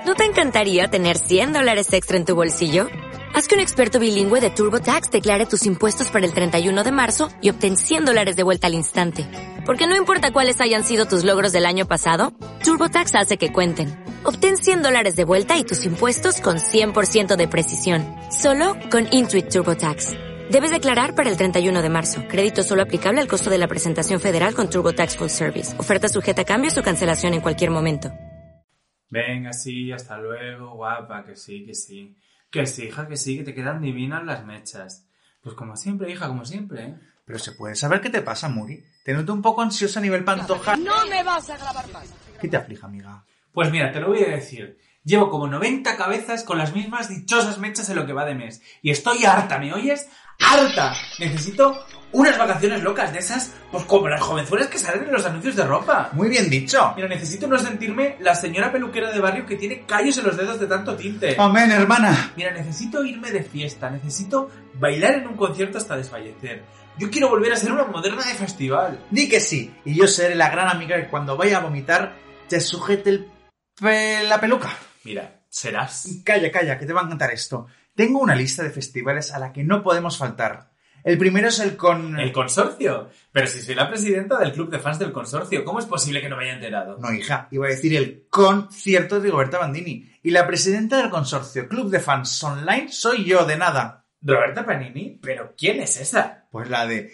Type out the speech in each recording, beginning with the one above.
¿No te encantaría tener $100 extra en tu bolsillo? Haz que un experto bilingüe de TurboTax declare tus impuestos para el 31 de marzo y obtén $100 de vuelta al instante. Porque no importa cuáles hayan sido tus logros del año pasado, TurboTax hace que cuenten. Obtén $100 de vuelta y tus impuestos con 100% de precisión. Solo con Intuit TurboTax. Debes declarar para el 31 de marzo. Crédito solo aplicable al costo de la presentación federal con TurboTax Full Service. Oferta sujeta a cambios o cancelación en cualquier momento. Venga, sí, hasta luego, guapa, que sí, que sí. Que sí, hija, que sí, que te quedan divinas las mechas. Pues como siempre, hija, como siempre, ¿eh? Pero se puede saber qué te pasa, Muri. Te noto un poco ansiosa a nivel pantoja. ¡No me vas a grabar más! ¿Qué te aflige, amiga? Pues mira, te lo voy a decir. Llevo como 90 cabezas con las mismas dichosas mechas en lo que va de mes. Y estoy harta, ¿me oyes? ¡Harta! Necesito unas vacaciones locas de esas, pues como las jovenzuelas que salen en los anuncios de ropa. Muy bien dicho. Mira, necesito no sentirme la señora peluquera de barrio que tiene callos en los dedos de tanto tinte. Amén, hermana. Mira, necesito irme de fiesta, necesito bailar en un concierto hasta desfallecer. Yo quiero volver a ser una moderna de festival. Di que sí, y yo seré la gran amiga que cuando vaya a vomitar te sujete la peluca. Mira, serás. Calla, calla, que te va a encantar esto. Tengo una lista de festivales a la que no podemos faltar. El primero es ¿El consorcio? Pero si soy la presidenta del club de fans del consorcio, ¿cómo es posible que no me haya enterado? No, hija, iba a decir el concierto de Roberta Bandini. Y la presidenta del consorcio Club de Fans Online soy yo, de nada. ¿Roberta Panini? ¿Pero quién es esa? Pues la de...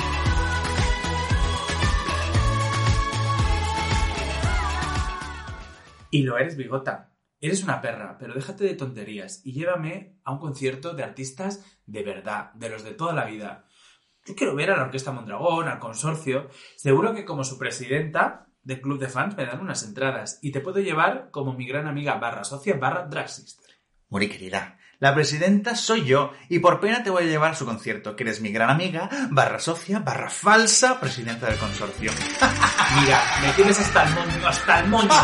Y lo eres, Bigota. Eres una perra, pero déjate de tonterías y llévame a un concierto de artistas de verdad, de los de toda la vida. Yo quiero ver a la Orquesta Mondragón, al consorcio. Seguro que como su presidenta del club de fans me dan unas entradas y te puedo llevar como mi gran amiga /socia /drag sister. Muri, querida, la presidenta soy yo y por pena te voy a llevar a su concierto, que eres mi gran amiga /socia /falsa presidenta del consorcio. Mira, me tienes hasta el moño, hasta el moño.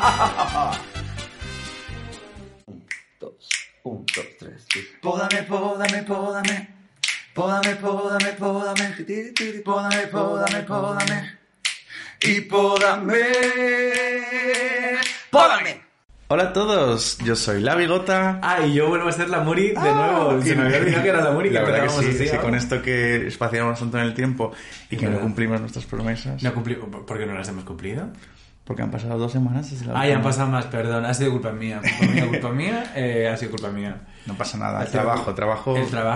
1, 2, 3. Pódame, pódame, pódame. Pódame, pódame, pódame. Pódame, pódame, pódame. Y pódame. ¡Pódame! Hola a todos, yo soy la Bigota. Ah, y yo vuelvo a ser la Muri de nuevo. Se me había olvidado que era la Muri. La verdad que sí, así, sí, con esto que espaciamos tanto en el tiempo y que no cumplimos nuestras promesas. No cumplimos, ¿por qué no las hemos cumplido? Porque han pasado 2 semanas desde la última. Ya han pasado más, perdón. Ha sido culpa mía. Culpa mía, ha sido culpa mía. No pasa nada, el trabajo...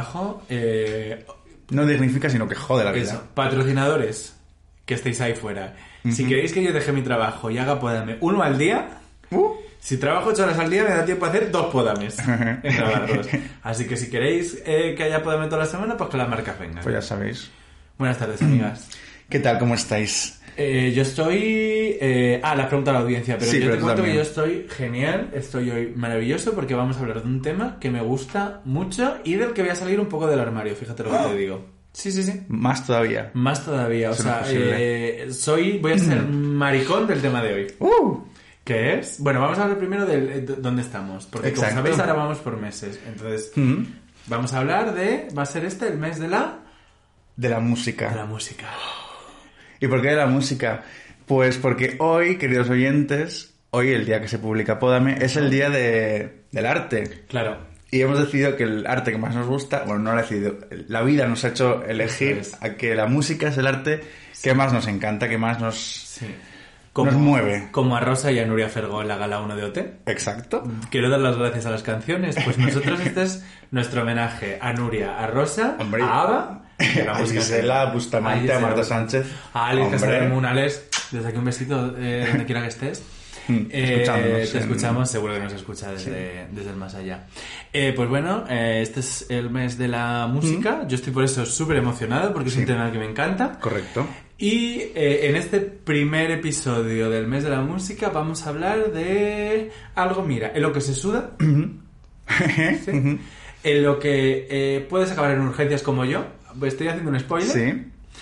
no dignifica, sino que jode la vida. Eso. Patrocinadores que estéis ahí fuera. Si queréis que yo deje mi trabajo y haga Pódame 1 al día... Si trabajo 8 horas al día, me da tiempo a hacer 2 Pódames. Así que si queréis que haya Pódame toda la semana, pues que las marcas vengan. Pues ya sabéis. Buenas tardes, amigas. ¿Qué tal? ¿Cómo estáis? Yo estoy... la pregunta a la audiencia, pero sí, yo pero te cuento también. que yo estoy genial, estoy hoy maravilloso porque vamos a hablar de un tema que me gusta mucho y del que voy a salir un poco del armario, fíjate lo que te digo. Sí. Más todavía. Más todavía, o Eso no sea, es voy a ser maricón del tema de hoy. ¿Qué es? Bueno, vamos a hablar primero de dónde estamos, porque Exacto. como sabéis ahora vamos por meses, entonces vamos a hablar va a ser el mes de la... De la música. De la música. ¿Y por qué de la música? Pues porque hoy, queridos oyentes, hoy, el día que se publica Pódame, es el día del arte. Claro. Y hemos decidido que el arte que más nos gusta, bueno, no lo he decidido, la vida nos ha hecho elegir a que la música es el arte que más nos encanta, que más nos mueve. Como a Rosa y a Nuria Fergó en la Gala 1 de OT. Exacto. Quiero dar las gracias a las canciones. Pues nosotros este es nuestro homenaje a Nuria, a Rosa, Hombre, a Ava, a Gisela, a Bustamante, a Marta Sánchez. A Alex Casademun, Alex, desde aquí un besito donde quiera que estés. Te escuchamos, seguro que nos escucha desde el más allá. Pues bueno, este es el mes de la música. Yo estoy por eso súper emocionado porque es un tema que me encanta. Correcto. Y en este primer episodio del mes de la música vamos a hablar de algo, mira, en lo que se suda, ¿sí? En lo que puedes acabar en urgencias como yo. Estoy haciendo un spoiler. Sí.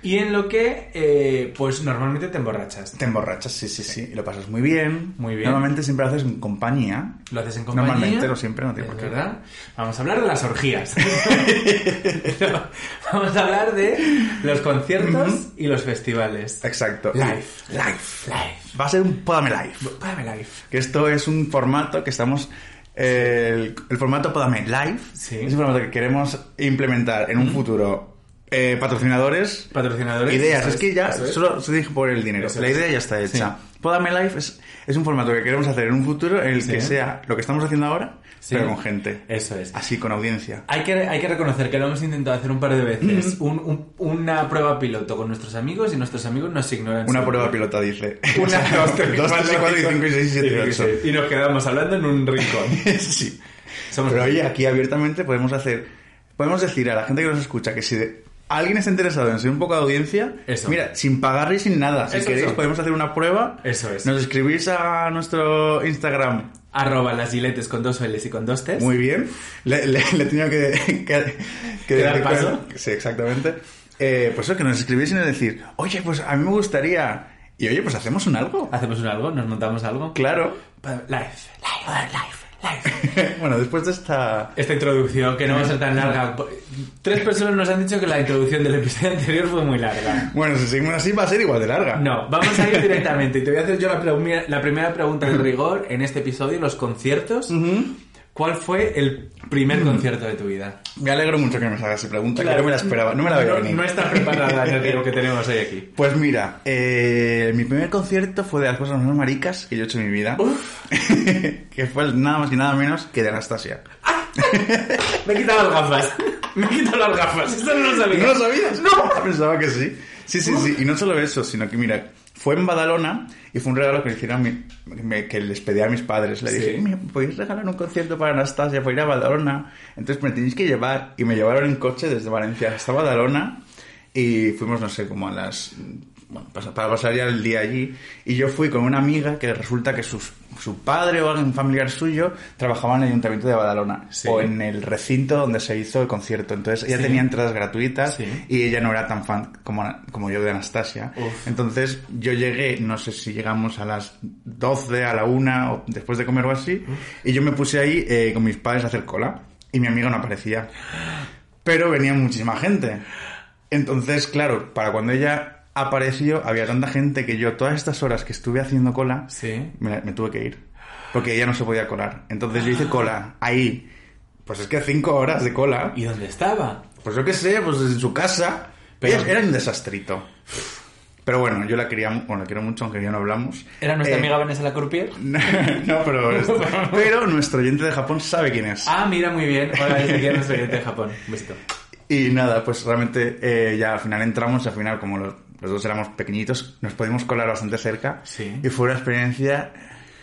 Y en lo que, pues normalmente te emborrachas. Te emborrachas, sí. Y lo pasas muy bien. Muy bien. Normalmente siempre lo haces en compañía. Lo haces en compañía. Normalmente, no siempre, no tiene por qué. ¿Verdad? Vamos a hablar de las orgías. Vamos a hablar de los conciertos y los festivales. Exacto. Live. Va a ser un Pódame Live. Pódame Live. Que esto es un formato que estamos... el formato Pódame Live es un formato que queremos implementar en un futuro. Patrocinadores, ideas, es que ya solo se dije por el dinero, la idea ya está hecha. Pódame Live es un formato que queremos hacer en un futuro en el que sea lo que estamos haciendo ahora, pero con gente. Eso es. Así, con audiencia. Hay que reconocer que lo hemos intentado hacer un par de veces. Una prueba piloto con nuestros amigos y nuestros amigos nos ignoran. Una prueba piloto, dice. 1, 2, 3, 4, 5, 6, 7, 8. Y nos quedamos hablando en un rincón. Sí. Pero oye, aquí abiertamente podemos decir a la gente que nos escucha que si alguien está interesado en ser un poco de audiencia, mira, sin pagarle y sin nada. Si queréis, podemos hacer una prueba. Eso es. Nos escribís a nuestro Instagram. @lasgiletes con 2 L's y con 2 T's. Muy bien. Le he tenido que dar paso. Sí, exactamente. Pues eso, que nos escribís y nos decir, oye, pues a mí me gustaría. Y oye, pues hacemos un algo. Nos montamos algo. Claro. Live. Bueno, después de esta introducción, que no va a ser tan larga. 3 personas nos han dicho que la introducción del episodio anterior fue muy larga. Bueno, si seguimos así va a ser igual de larga. No, vamos a ir directamente. Y te voy a hacer yo la primera pregunta de rigor en este episodio, los conciertos. ¿Cuál fue el primer concierto de tu vida? Me alegro mucho que me hagas esa pregunta, que no me la esperaba, no me la veía venir. No está preparada en el tiempo que tenemos hoy aquí. Pues mira, mi primer concierto fue de las cosas más maricas que yo he hecho en mi vida. Que fue nada más y nada menos que de Anastasia. Me he quitado las gafas. Esto no lo sabía. ¿No lo sabías? No. Pensaba que sí. Sí. Y no solo eso, sino que mira, fue en Badalona y fue un regalo que le hicieron que les pedí a mis padres. Le dije, ¿me podéis regalar un concierto para Anastasia para ir a Badalona? Entonces me tenéis que llevar. Y me llevaron en coche desde Valencia hasta Badalona y fuimos, no sé, como a las... Bueno, para pasar ya el día allí. Y yo fui con una amiga que resulta que su padre o algún familiar suyo trabajaba en el Ayuntamiento de Badalona o en el recinto donde se hizo el concierto. Entonces ella tenía entradas gratuitas y ella no era tan fan como yo de Anastasia. Entonces yo llegué, no sé si llegamos a las 12, a la 1 o después de comer o así, y yo me puse ahí con mis padres a hacer cola y mi amiga no aparecía. Pero venía muchísima gente. Entonces, claro, para cuando ella apareció, había tanta gente que yo todas estas horas que estuve haciendo cola me tuve que ir porque ella no se podía colar. Entonces yo hice cola ahí, pues es que 5 horas de cola. ¿Y dónde estaba? Pues yo qué sé, pues en su casa. Pero era un desastrito. Pero bueno, yo la quiero mucho, aunque ya no hablamos. ¿Era nuestra amiga Vanessa Lacurpier? No, pero nuestro oyente de Japón sabe quién es. Ah, mira, muy bien. Hola, desde aquí a nuestro oyente de Japón. Un besito. Y nada, pues realmente ya al final entramos, al final como los dos éramos pequeñitos, nos pudimos colar bastante cerca. Sí. Y fue una experiencia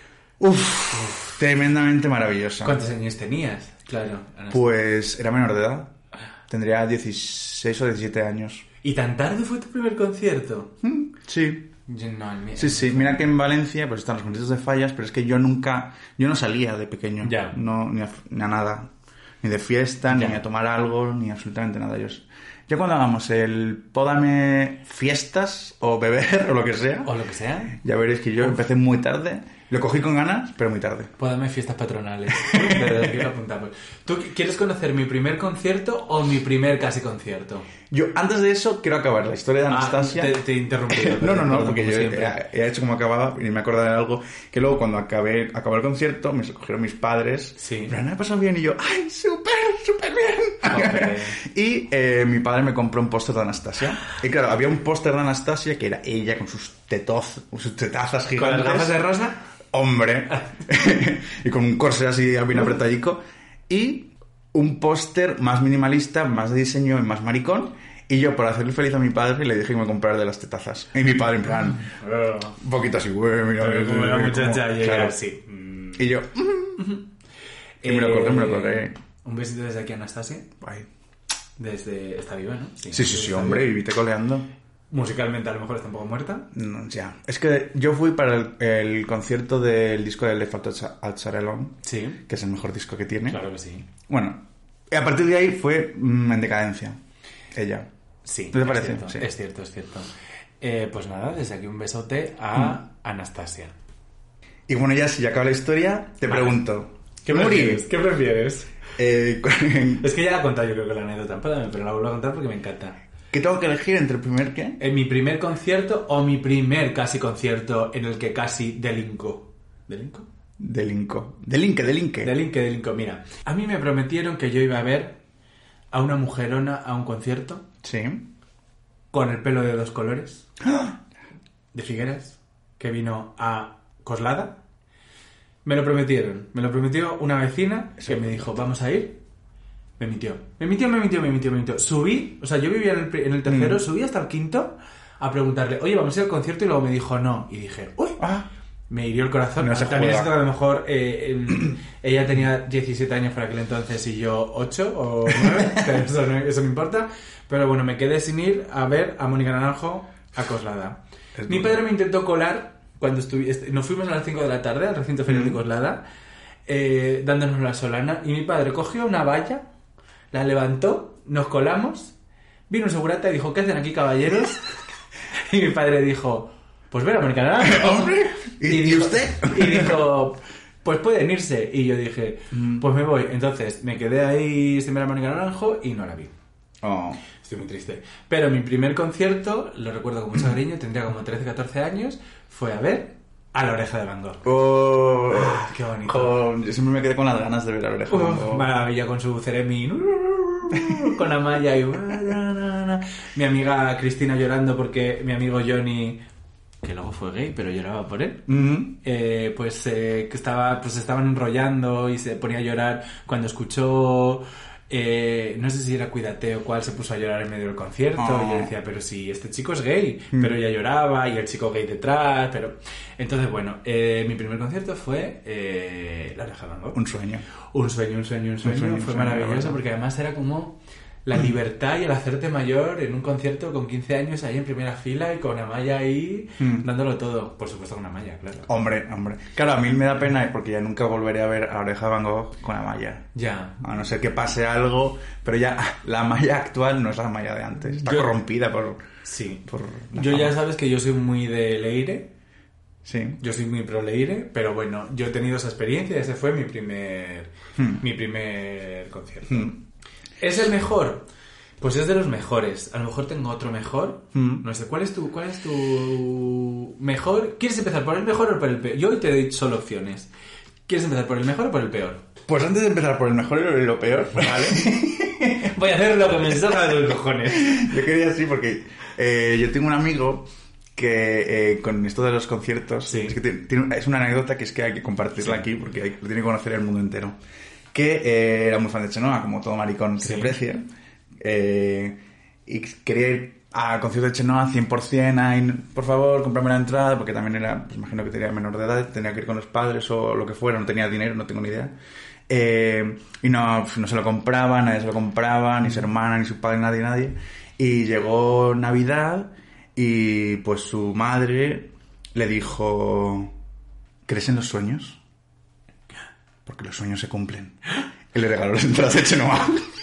tremendamente maravillosa. ¿Cuántos años tenías? Claro. Pues era menor de edad. Tendría 16 o 17 años. ¿Y tan tarde fue tu primer concierto? Sí. No, el mío. Sí. Mira que en Valencia pues están los conciertos de Fallas, pero es que yo no salía de pequeño. Ya. No, ni a nada. Ni de fiesta, ni a tomar algo, ni absolutamente nada. Yo cuando hagamos el Pódame fiestas o beber o lo que sea. O lo que sea. Ya veréis que yo empecé muy tarde. Lo cogí con ganas, pero muy tarde. Pódame fiestas patronales. De verdad que lo apuntamos. ¿Tú quieres conocer mi primer concierto o mi primer casi concierto? Yo, antes de eso, quiero acabar la historia de Anastasia. Te he interrumpido. No, porque yo he hecho como acababa y me acordaba de algo que luego cuando acabó el concierto me cogieron mis padres. Sí. Pero me ha pasado bien y yo, ¡ay, súper bien! Okay. Y mi padre me compró un póster de Anastasia. Y claro, había un póster de Anastasia que era ella con sus tetazas gigantes. ¿Con las gafas de rosa? Hombre. Y con un corsé así bien apretadico. Y un póster más minimalista, más de diseño y más maricón. Y yo, por hacerle feliz a mi padre, le dije que me comprara de las tetazas. Y mi padre, en plan, un poquito así, güey, mira. Como la muchacha llega claro. así. Y yo, y me lo colgué. Un besito desde aquí a Anastasia. Ay. Está viva, ¿no? Sí, hombre, y vite coleando. Musicalmente a lo mejor está un poco muerta. No, ya. Es que yo fui para el concierto del disco de Left Outside Alone. Sí. Que es el mejor disco que tiene. Claro que sí. Bueno, y a partir de ahí fue en decadencia. Ella. Sí. ¿No te parece? Es cierto, Sí. es cierto. Pues nada, desde aquí un besote a Anastasia. Y bueno, ya si ya acaba la historia, te pregunto. ¿Qué Muri, prefieres? ¿qué Es que ya la he contado yo creo que la anécdota, pero la vuelvo a contar porque me encanta. tengo que elegir entre el primer qué? En mi primer concierto o mi primer casi concierto en el que casi delinco. ¿Delinco? Delinque. Mira, a mí me prometieron que yo iba a ver a una mujerona a un concierto Sí. con el pelo de 2 colores, de Figueras, que vino a Coslada. Me lo prometió una vecina que me dijo, vamos a ir. Me mintió. Subí, o sea, yo vivía en el tercero, subí hasta el quinto a preguntarle, oye, vamos a ir al concierto, y luego me dijo no. Y dije, uy, me hirió el corazón. No se También es juega. cierto que a lo mejor ella tenía 17 años por aquel entonces y yo 8 o 9, pero eso no importa. Pero bueno, me quedé sin ir a ver a Mónica Naranjo a Coslada. Mi padre me intentó colar cuando nos fuimos a las 5 de la tarde al recinto ferial de Coslada, dándonos la solana, y mi padre cogió una valla, la levantó, nos colamos, vino un segurata y dijo, ¿qué hacen aquí, caballeros? Y mi padre dijo, pues ver a Mónica Naranjo. ¡Hombre! ¿Y usted? Y dijo, pues pueden irse. Y yo dije, pues me voy. Entonces me quedé ahí sin ver a Mónica Naranjo y no la vi. Oh. Estoy muy triste. Pero mi primer concierto, lo recuerdo con mucho cariño, tendría como 13, 14 años, fue a ver a La Oreja de Van Gogh. Oh. Qué bonito. Oh, yo siempre me quedé con las ganas de ver a La Oreja de Van Gogh. Maravilla, con su ceremi, con Amaya y... Mi amiga Cristina llorando porque mi amigo Johnny, que luego fue gay, pero lloraba por él, que estaban enrollando y se ponía a llorar cuando escuchó... no sé si era Cuídate o cuál, se puso a llorar en medio del concierto. Y yo decía, pero si este chico es gay. Pero ella lloraba y el chico gay detrás, pero... Entonces, bueno, mi primer concierto fue La Oreja de Van Gogh. Un sueño. Un sueño. Fue maravilloso porque además era como la libertad y el hacerte mayor en un concierto con 15 años ahí en primera fila y con Amaya ahí dándolo todo. Por supuesto con Amaya, claro. Hombre. Claro, a mí me da pena porque ya nunca volveré a ver a Oreja de Van Gogh con Amaya. Ya. A no ser que pase algo, pero ya la Amaya actual no es la Amaya de antes. Está corrompida por... Sí. por Yo ya sabes que yo soy muy de Leire. Sí. Yo soy muy pro Leire, pero bueno, yo he tenido esa experiencia y ese fue mi primer concierto. ¿Es el mejor? Pues es de los mejores. A lo mejor tengo otro mejor. No sé, ¿cuál es tu mejor? ¿Quieres empezar por el mejor o por el peor? Yo hoy te doy solo opciones. ¿Quieres empezar por el mejor o por el peor? Pues antes de empezar por el mejor y lo peor, ¿vale? Voy a hacer lo que me salga de los cojones. Yo quería así porque yo tengo un amigo que con esto de los conciertos, Sí. es que es una anécdota que es que hay que compartirla aquí porque lo tiene que conocer el mundo entero. Que era muy fan de Chenoa, como todo maricón que se aprecia, y quería ir al concierto de Chenoa 100%, ay, por favor, cómprame la entrada, porque también era, pues imagino que tenía menor de edad, tenía que ir con los padres o lo que fuera, no tenía dinero, no tengo ni idea. Y no se lo compraba, nadie se lo compraba, ni su hermana, ni su padre, nadie. Y llegó Navidad y pues su madre le dijo, ¿crees en los sueños? Porque los sueños se cumplen. Y le regaló las entradas de Chenoa.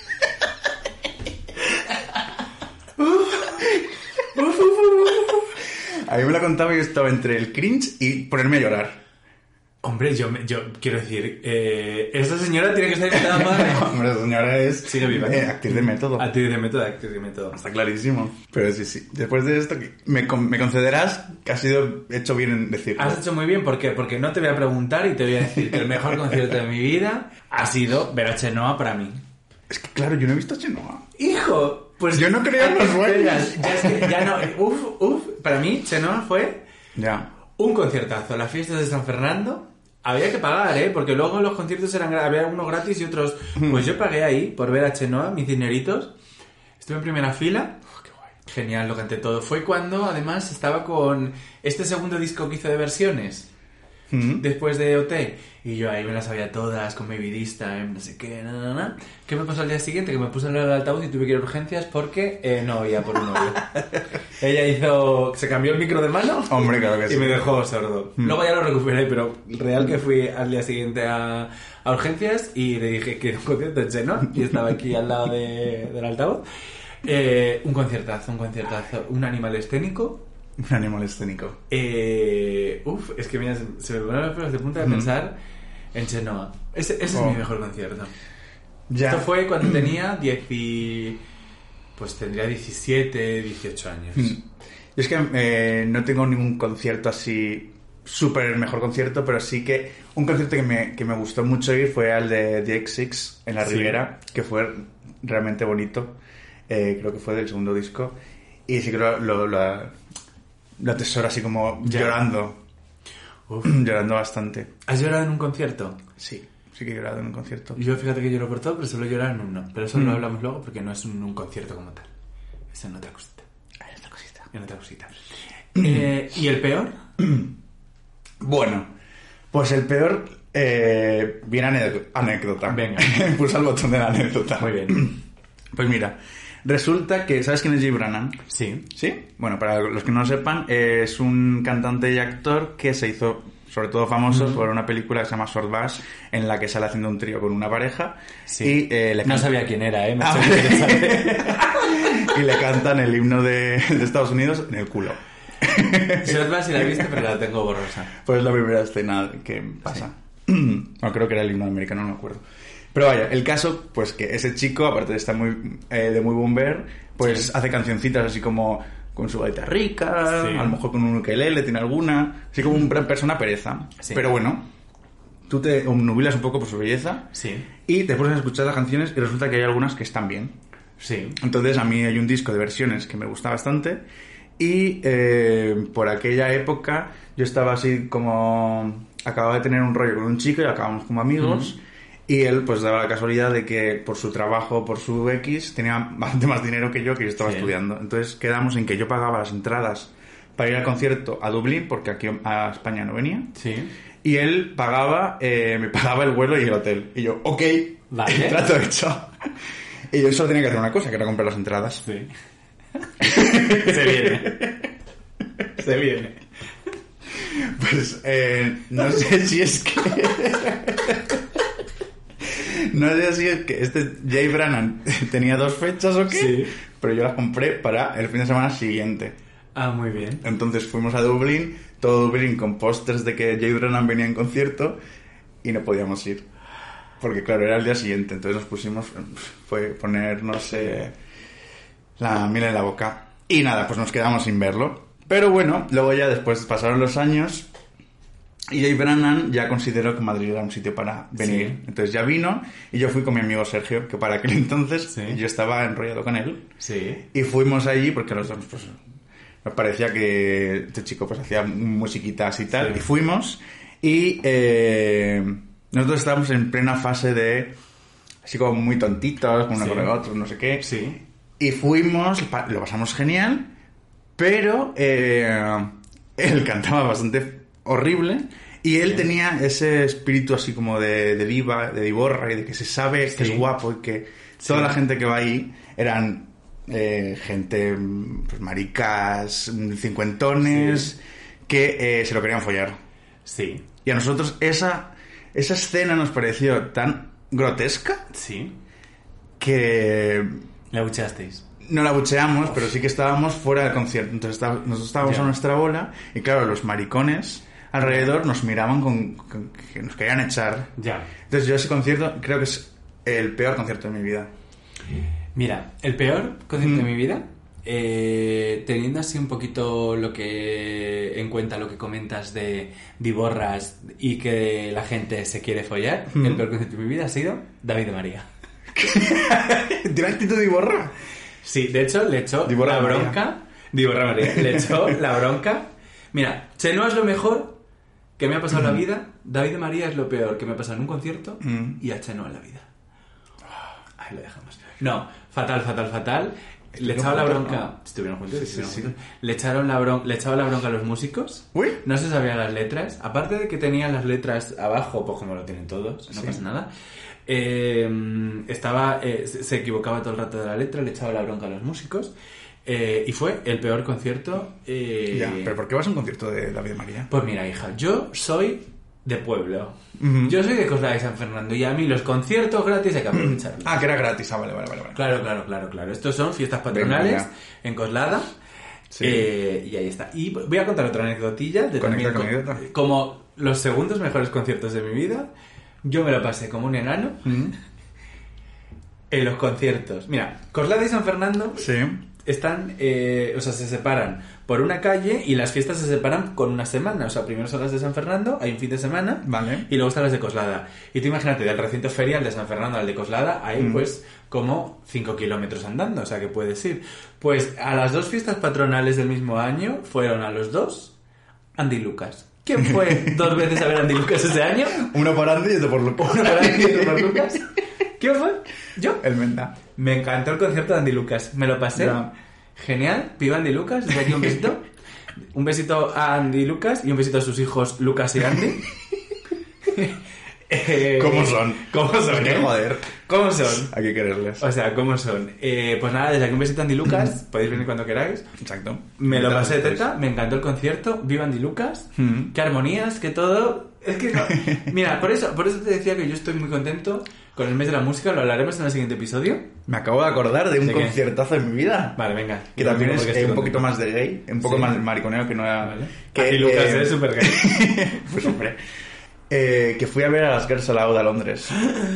A mí me la contaba y yo estaba entre el cringe y ponerme a llorar. Hombre, yo quiero decir, esta señora tiene que ser invitada para... Hombre, la señora es Sigue viva. actriz de método. Actriz de método. Está clarísimo. Pero sí. Después de esto, me concederás que ha sido hecho bien en decirlo. Has hecho muy bien, ¿por qué? Porque no te voy a preguntar y te voy a decir que el mejor concierto de mi vida ha sido ver a Chenoa para mí. Es que claro, yo no he visto a Chenoa. ¡Hijo! Pues yo no creo en los sueños. Ya no. Para mí, Chenoa fue Ya. un conciertazo. Las fiestas de San Fernando... Había que pagar, porque luego los conciertos había unos gratis y otros... Pues yo pagué ahí por ver a Chenoa, mis dineritos. Estuve en primera fila. Qué guay. Genial, lo canté todo. Fue cuando, además, estaba con este segundo disco que hizo de versiones. Después de OT. Y yo ahí me las sabía todas, con mi vidista, no sé qué, nada. ¿Qué me pasó al día siguiente? Que me puse en el altavoz y tuve que ir a urgencias porque no oía por un oído. Ella se cambió el micro de mano. Hombre, claro que sí. Y me dejó sordo. Luego ya lo recuperé, pero real que fui al día siguiente a urgencias y le dije que era un concierto de Chenoa y estaba aquí al lado del altavoz. Un conciertazo. Un animal escénico. Un animal escénico. Es que mira, se me ponen los pelos de punta de pensar en Chenoa. Ese es mi mejor concierto. Ya. Esto fue cuando tenía pues tendría 17, 18 años. Yo es que no tengo ningún concierto así súper el mejor concierto, pero sí que un concierto que me gustó mucho ir fue al de The X6 en la Riviera, que fue realmente bonito. Creo que fue del segundo disco. Y sí que lo atesoro así como llorando. Llorando bastante. ¿Has llorado en un concierto? Sí que he llorado en un concierto. Yo fíjate que lloro por todo, pero solo llorar en uno. Pero eso lo hablamos luego porque no es un concierto como tal. Es en otra cosita. En otra cosita. ¿Y el peor? Bueno, pues el peor... viene anécdota. Venga. Pulsa el botón de la anécdota. Muy bien. Pues mira, resulta que... ¿Sabes quién es Jay Brannan? Sí. ¿Sí? Bueno, para los que no lo sepan, es un cantante y actor que se hizo sobre todo famoso por una película que se llama Swordbash, en la que sale haciendo un trío con una pareja. Sí. Y, no sabía quién era, ¿eh? Y le cantan el himno de Estados Unidos en el culo. Swordbash sí la he visto, pero la tengo borrosa. Pues es la primera escena que pasa. Sí. No, creo que era el himno americano, no me acuerdo. Pero vaya, el caso, pues que ese chico, aparte de estar de muy bomber, pues hace cancioncitas así como con su guitarrica, a lo mejor con un ukelele, tiene alguna, así como una persona pereza. Sí. Pero bueno, tú te obnubilas un poco por su belleza y te pones a escuchar las canciones y resulta que hay algunas que están bien. Sí. Entonces a mí hay un disco de versiones que me gusta bastante y por aquella época yo estaba así como... Acababa de tener un rollo con un chico y acabamos como amigos. Y él, pues, daba la casualidad de que por su trabajo, por su X, tenía bastante más dinero que yo estaba estudiando. Entonces quedamos en que yo pagaba las entradas para ir al concierto a Dublín, porque aquí a España no venía. Sí. Y él me pagaba el vuelo y el hotel. Y yo, ok, vale. Trato hecho. Y yo solo tenía que hacer una cosa, que era comprar las entradas. Sí. Se viene. Pues, no sé si es que... No sé si es que Jay Brannan tenía 2 fechas o qué, pero yo las compré para el fin de semana siguiente. Ah, muy bien. Entonces fuimos a Dublín, todo Dublín con pósters de que Jay Brannan venía en concierto y no podíamos ir. Porque claro, era el día siguiente, entonces nos pusimos, fue ponernos la miel en la boca. Y nada, pues nos quedamos sin verlo. Pero bueno, luego ya después pasaron los años... Y Jay Brannan ya consideró que Madrid era un sitio para venir. Sí. Entonces ya vino y yo fui con mi amigo Sergio, que para aquel entonces yo estaba enrollado con él. Sí. Y fuimos allí porque a los dos pues, nos parecía que este chico pues hacía musiquitas y tal. Sí. Y fuimos y nosotros estábamos en plena fase de así como muy tontitos, con uno con el otro, no sé qué. Sí. Y fuimos, lo pasamos genial, pero él cantaba bastante... horrible, y él tenía ese espíritu así como de diva, de divorra, y de que se sabe que es guapo, y que toda la gente que va ahí eran gente, pues maricas, cincuentones, que se lo querían follar. Sí. Y a nosotros esa escena nos pareció tan grotesca que... ¿La bucheasteis? No la bucheamos, pero sí que estábamos fuera del concierto. Entonces nosotros estábamos a nuestra bola y claro, los maricones alrededor nos miraban que nos querían echar. Ya. Entonces yo ese concierto creo que es el peor concierto de mi vida. Mira, el peor concierto de mi vida, teniendo así un poquito lo que en cuenta lo que comentas de divorras y que la gente se quiere follar, el peor concierto de mi vida ha sido David de María. ¿Tiene actitud de divorra? Sí, de hecho le echó la bronca. Divorra María. Le echó la bronca. Mira, Chenoa es lo mejor que me ha pasado en la vida. David de María es lo peor que me ha pasado en un concierto y a Chenoa en la vida. Ahí lo dejamos. No, fatal. Le echaba la bronca. ¿No? Estuvieron juntos. Le echaba la bronca a los músicos. ¿Uy? No se sabían las letras. Aparte de que tenían las letras abajo, pues como lo tienen todos, no pasa nada. Se equivocaba todo el rato de la letra, le echaba la bronca a los músicos. Y fue el peor concierto. Ya, pero ¿por qué vas a un concierto de David de María? Pues mira, hija, yo soy de pueblo. Ujú. Yo soy de Coslada y San Fernando y a mí los conciertos gratis hay que aprovecharlos. Ah, que era gratis. Ah, vale. Claro. Estos son fiestas patronales Venga. en Coslada. Sí. Y ahí está. Y voy a contar otra anécdotilla. Conecta con anécdota. Como los segundos mejores conciertos de mi vida, yo me lo pasé como un enano en los conciertos. Mira, Coslada y San Fernando Sí. están, se separan por una calle y las fiestas se separan con una semana. O sea, primero son las de San Fernando, hay un fin de semana, Vale. y luego están las de Coslada. Y tú imagínate, del recinto ferial de San Fernando al de Coslada hay pues como 5 kilómetros andando, o sea que puedes ir. Pues a las dos fiestas patronales del mismo año fueron a los dos Andy Lucas. ¿Quién fue 2 veces a ver a Andy Lucas ese año? Uno por Andy y otro por Lucas. Uno para Andy y otro por Lucas. ¿Quién fue? ¿Yo? El Menda. Me encantó el concierto de Andy Lucas. Me lo pasé. Ya. Genial. Viva Andy Lucas. Desde aquí un besito. Un besito a Andy Lucas y un besito a sus hijos Lucas y Andy. ¿Cómo son? ¿Cómo son? Qué joder. ¿Cómo son? Hay que quererles. O sea, ¿cómo son? Pues nada, desde aquí un besito a Andy Lucas. Podéis venir cuando queráis. Exacto. Me lo pasé Entonces, teta, me encantó el concierto. Viva Andy Lucas. Mm. Qué armonías, que todo. Es que no. Mira, por eso te decía que yo estoy muy contento con el mes de la música. Lo hablaremos en el siguiente episodio. Me acabo de acordar de un ¿De qué? conciertazo en mi vida. Vale, venga. Que también es Porque estoy un poquito contento. más de gay, un poco Sí. más mariconeo que no era... Vale. Que, Andy Lucas es súper gay. Pues hombre. Que fui a ver a las Girls Aloud a Londres.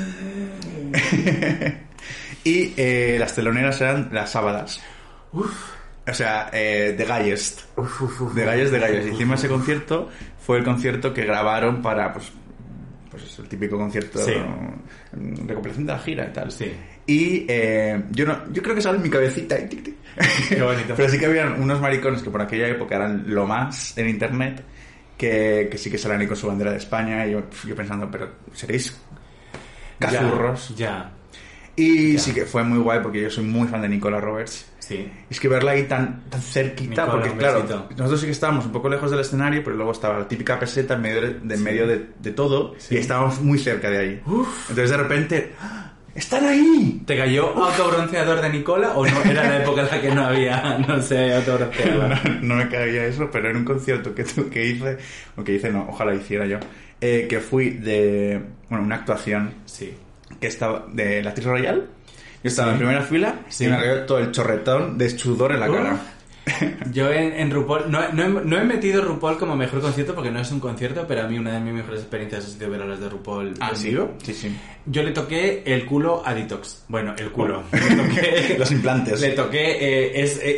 Y las teloneras eran las Sábadas. O sea, The Gayest. The Gayest. Y encima ese concierto fue el concierto que grabaron para, pues es el típico concierto Sí. recopilación de la gira y tal. Sí. Y yo creo que sale en mi cabecita. Tic, tic. Qué bonito. Pero sí que habían unos maricones que por aquella época eran lo más en internet, que sí que salen ahí con su bandera de España. Y yo pensando, pero seréis cazurros. Ya. Y Ya. sí que fue muy guay porque yo soy muy fan de Nicola Roberts. Sí. Es que verla ahí tan cerquita, Nicola, porque un claro, besito. nosotros sí que estábamos un poco lejos del escenario, pero luego estaba la típica peseta en medio de todo, Sí. y estábamos muy cerca de ahí. Entonces de repente, ¡ah! ¡Están ahí! ¿Te cayó autobronceador de Nicola o no? Era la época en la que no había, no sé, autobronceador. No me caía eso, pero en un concierto que hice, no, ojalá hiciera yo, que fui de, una actuación Sí. que estaba de la Actriz Royal. Yo estaba Sí. en primera fila Sí. y me cayó todo el chorretón de sudor en la cara. Yo en RuPaul, no he metido RuPaul como mejor concierto porque no es un concierto, pero a mí una de mis mejores experiencias ha sido ver a las de RuPaul en vivo. Sí. Yo le toqué el culo a Detox. Bueno, el culo. Le toqué, Los implantes. Le toqué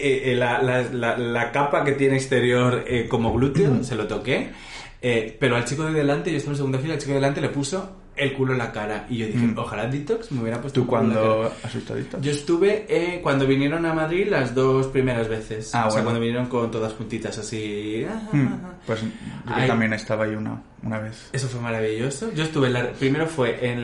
la capa que tiene exterior como glúteo, se lo toqué. Pero al chico de delante, yo estaba en segunda fila, el chico de delante le puso el culo en la cara. Y yo dije, ojalá Detox me hubiera puesto ¿Tú el culo en la cara. cuándo has visto Detox? Yo estuve cuando vinieron a Madrid las 2 primeras veces. Ah, o sea, bueno. cuando vinieron con todas juntitas así. Pues yo Ay. también estaba ahí una vez. Eso fue maravilloso. Yo estuve primero fue en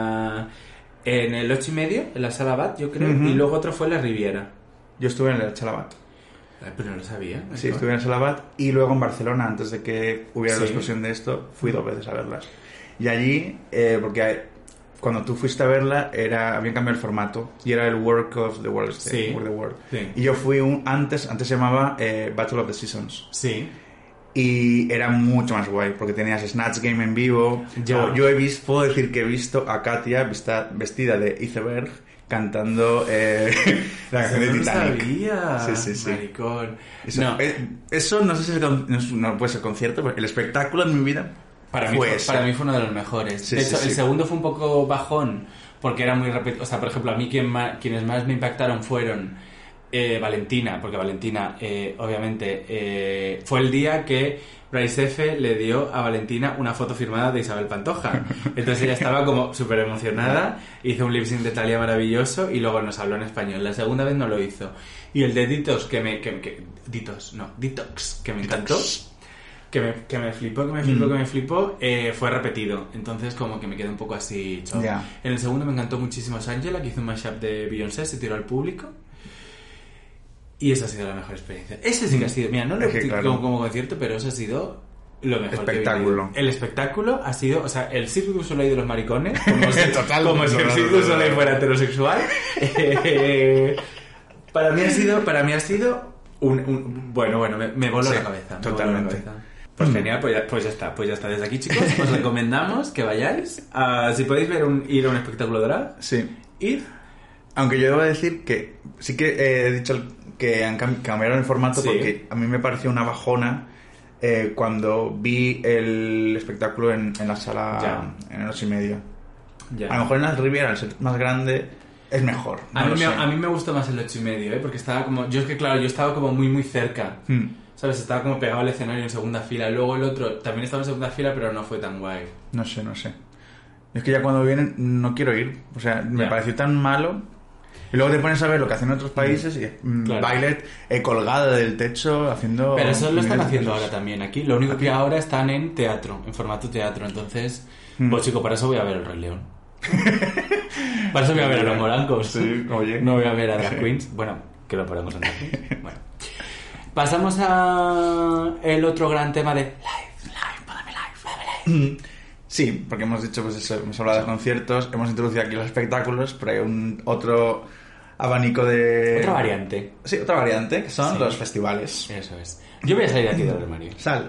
el 8:30, en la Sala Bat, yo creo, Ujú. y luego otro fue en la Riviera. Yo estuve en el Chalabat. Pero no lo sabía. Sí, estuve en el Chalabat y luego en Barcelona, antes de que hubiera la Sí. explosión de esto, fui 2 veces a verlas. Y allí, cuando tú fuiste a verla, habían cambiado el formato y era el Work of the World. Sí. Work of the World. Sí. Y yo fui antes se llamaba Battle of the Seasons. Sí. Y era mucho más guay, porque tenías Snatch Game en vivo. Ya. Yo puedo decir que he visto a Katia vestida de Iceberg cantando la canción de No lo Titanic. sabía. Sí. Maricón. Eso No. Eso no sé si no puede ser concierto, pero el espectáculo en mi vida Para mí fue uno de los mejores. Sí, de sí, hecho, sí. el segundo fue un poco bajón, porque era muy repetido. O sea, por ejemplo, a mí quienes más me impactaron fueron Valentina, porque Valentina, obviamente, fue el día que Bryce F. le dio a Valentina una foto firmada de Isabel Pantoja. Entonces ella estaba como súper emocionada, hizo un lip sync de Thalía maravilloso y luego nos habló en español. La segunda vez no lo hizo. Y el de Detox, Detox, que me encantó. Que me flipó, fue repetido. Entonces como que me quedé un poco así choc. Ya. En el segundo me encantó muchísimo Angela, que hizo un mashup de Beyoncé, se tiró al público. Y esa ha sido la mejor experiencia. Ese sí que ha sido, mira, no lo Es que, claro. como concierto, pero eso ha sido lo mejor. Espectáculo. Que he vivido. El espectáculo ha sido, o sea, el Cirque du Soleil de los maricones, como Total, como si el total, Cirque du total. Soleil fuera heterosexual. Para mí ha sido bueno, me voló Sí, la cabeza. totalmente. Pues genial, pues ya está. Desde aquí, chicos, os recomendamos que vayáis. Si podéis ir a un espectáculo de drag, Sí. id. Aunque yo debo decir que sí que he dicho que cambiaron el formato Sí. porque a mí me pareció una bajona cuando vi el espectáculo en la sala Ya. en el 8:30. Ya. A lo mejor en la Riviera, al ser más grande, es mejor. No A lo sé. mí me gustó más el 8:30, porque estaba como... Yo estaba como muy, muy cerca. ¿Sabes? Estaba como pegado al escenario en segunda fila. Luego el otro también estaba en segunda fila, pero no fue tan guay. No sé. Es que ya cuando vienen no quiero ir. O sea, me Ya. pareció tan malo. Y luego te pones a ver lo que hacen en otros países y Claro. Violet colgada del techo haciendo... Pero eso lo están miles de haciendo cosas. ahora también aquí. Lo único que ahora están en teatro, en formato teatro. Entonces, pues chico, para eso voy a ver el Rey León. Para eso voy a ver a los morancos. Sí, oye. No voy a ver a Drag Queens. Bueno, que lo ponemos en Drag Queens. Bueno. Pasamos a el otro gran tema de live. Sí, porque hemos dicho, pues eso, hemos hablado de conciertos, hemos introducido aquí los espectáculos, pero hay otro abanico de... Otra variante. Sí, otra variante, que son Sí. los festivales. Eso es. Yo voy a salir aquí del armario. Sal.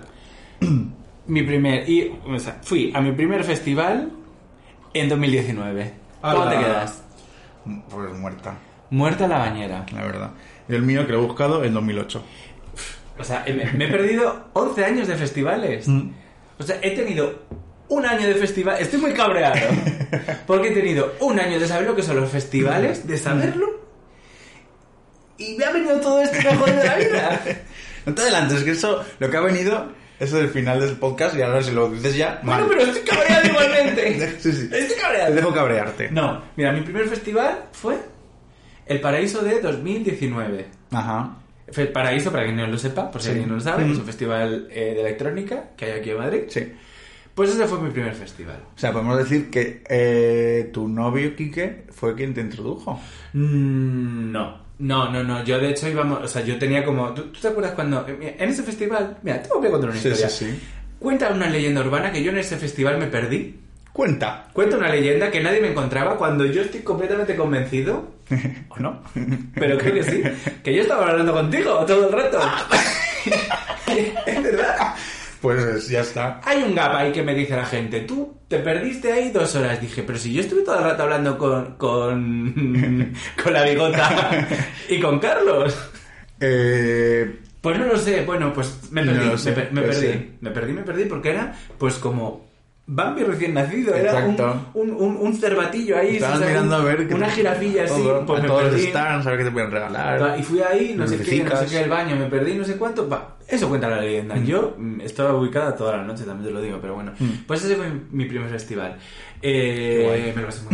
Fui a mi primer festival en 2019. ¿Cómo ¡Hala! te quedas? Pues muerta, Muerta en la bañera. la verdad. Y el mío, que lo he buscado, en 2008. O sea, me he perdido 11 años de festivales. O sea, he tenido un año de festival. Estoy muy cabreado. Porque he tenido un año de saber lo que son los festivales, de saberlo. Y me ha venido todo esto mejor de la vida. No te adelantes, que eso, lo que ha venido, eso es el final del podcast y ahora si lo dices ya, Bueno, mal. pero estoy cabreado igualmente. Sí. Estoy cabreado. Te dejo cabrearte. No, mira, mi primer festival fue El Paraíso de 2019. Ajá. El Paraíso, para quien no lo sepa, por si Sí. alguien no lo sabe, es un festival de electrónica que hay aquí en Madrid. Sí. Pues ese fue mi primer festival. O sea, podemos decir que tu novio, Quique, fue quien te introdujo. No. Yo de hecho íbamos, o sea, yo tenía como... ¿Tú te acuerdas cuando... En ese festival... Mira, te voy a contar una historia. Sí. Cuenta una leyenda urbana que yo en ese festival me perdí. Cuenta. Cuenta una leyenda que nadie me encontraba cuando yo estoy completamente convencido, ¿o no? Pero creo que sí, que yo estaba hablando contigo todo el rato. Es verdad. Pues ya está. Hay un gap ahí que me dice la gente, tú te perdiste ahí 2 horas. Dije, pero si yo estuve todo el rato hablando con la Bigota y con Carlos. Pues no lo sé, bueno, pues me No perdí, lo sé, me pues perdí. sí. Me perdí porque era pues como Bambi recién nacido, Exacto. era un cervatillo ahí. Estabas o sea, mirando a ver... una jirafilla así, pues me todos los perdí. stands, a ver qué te pueden regalar. Y fui ahí, no sé qué, Lucecicas. el baño, me perdí, no sé cuánto. Eso cuenta la leyenda. Yo estaba ubicada toda la noche, también te lo digo, pero bueno. Pues ese fue mi primer festival. guay. Me lo pasé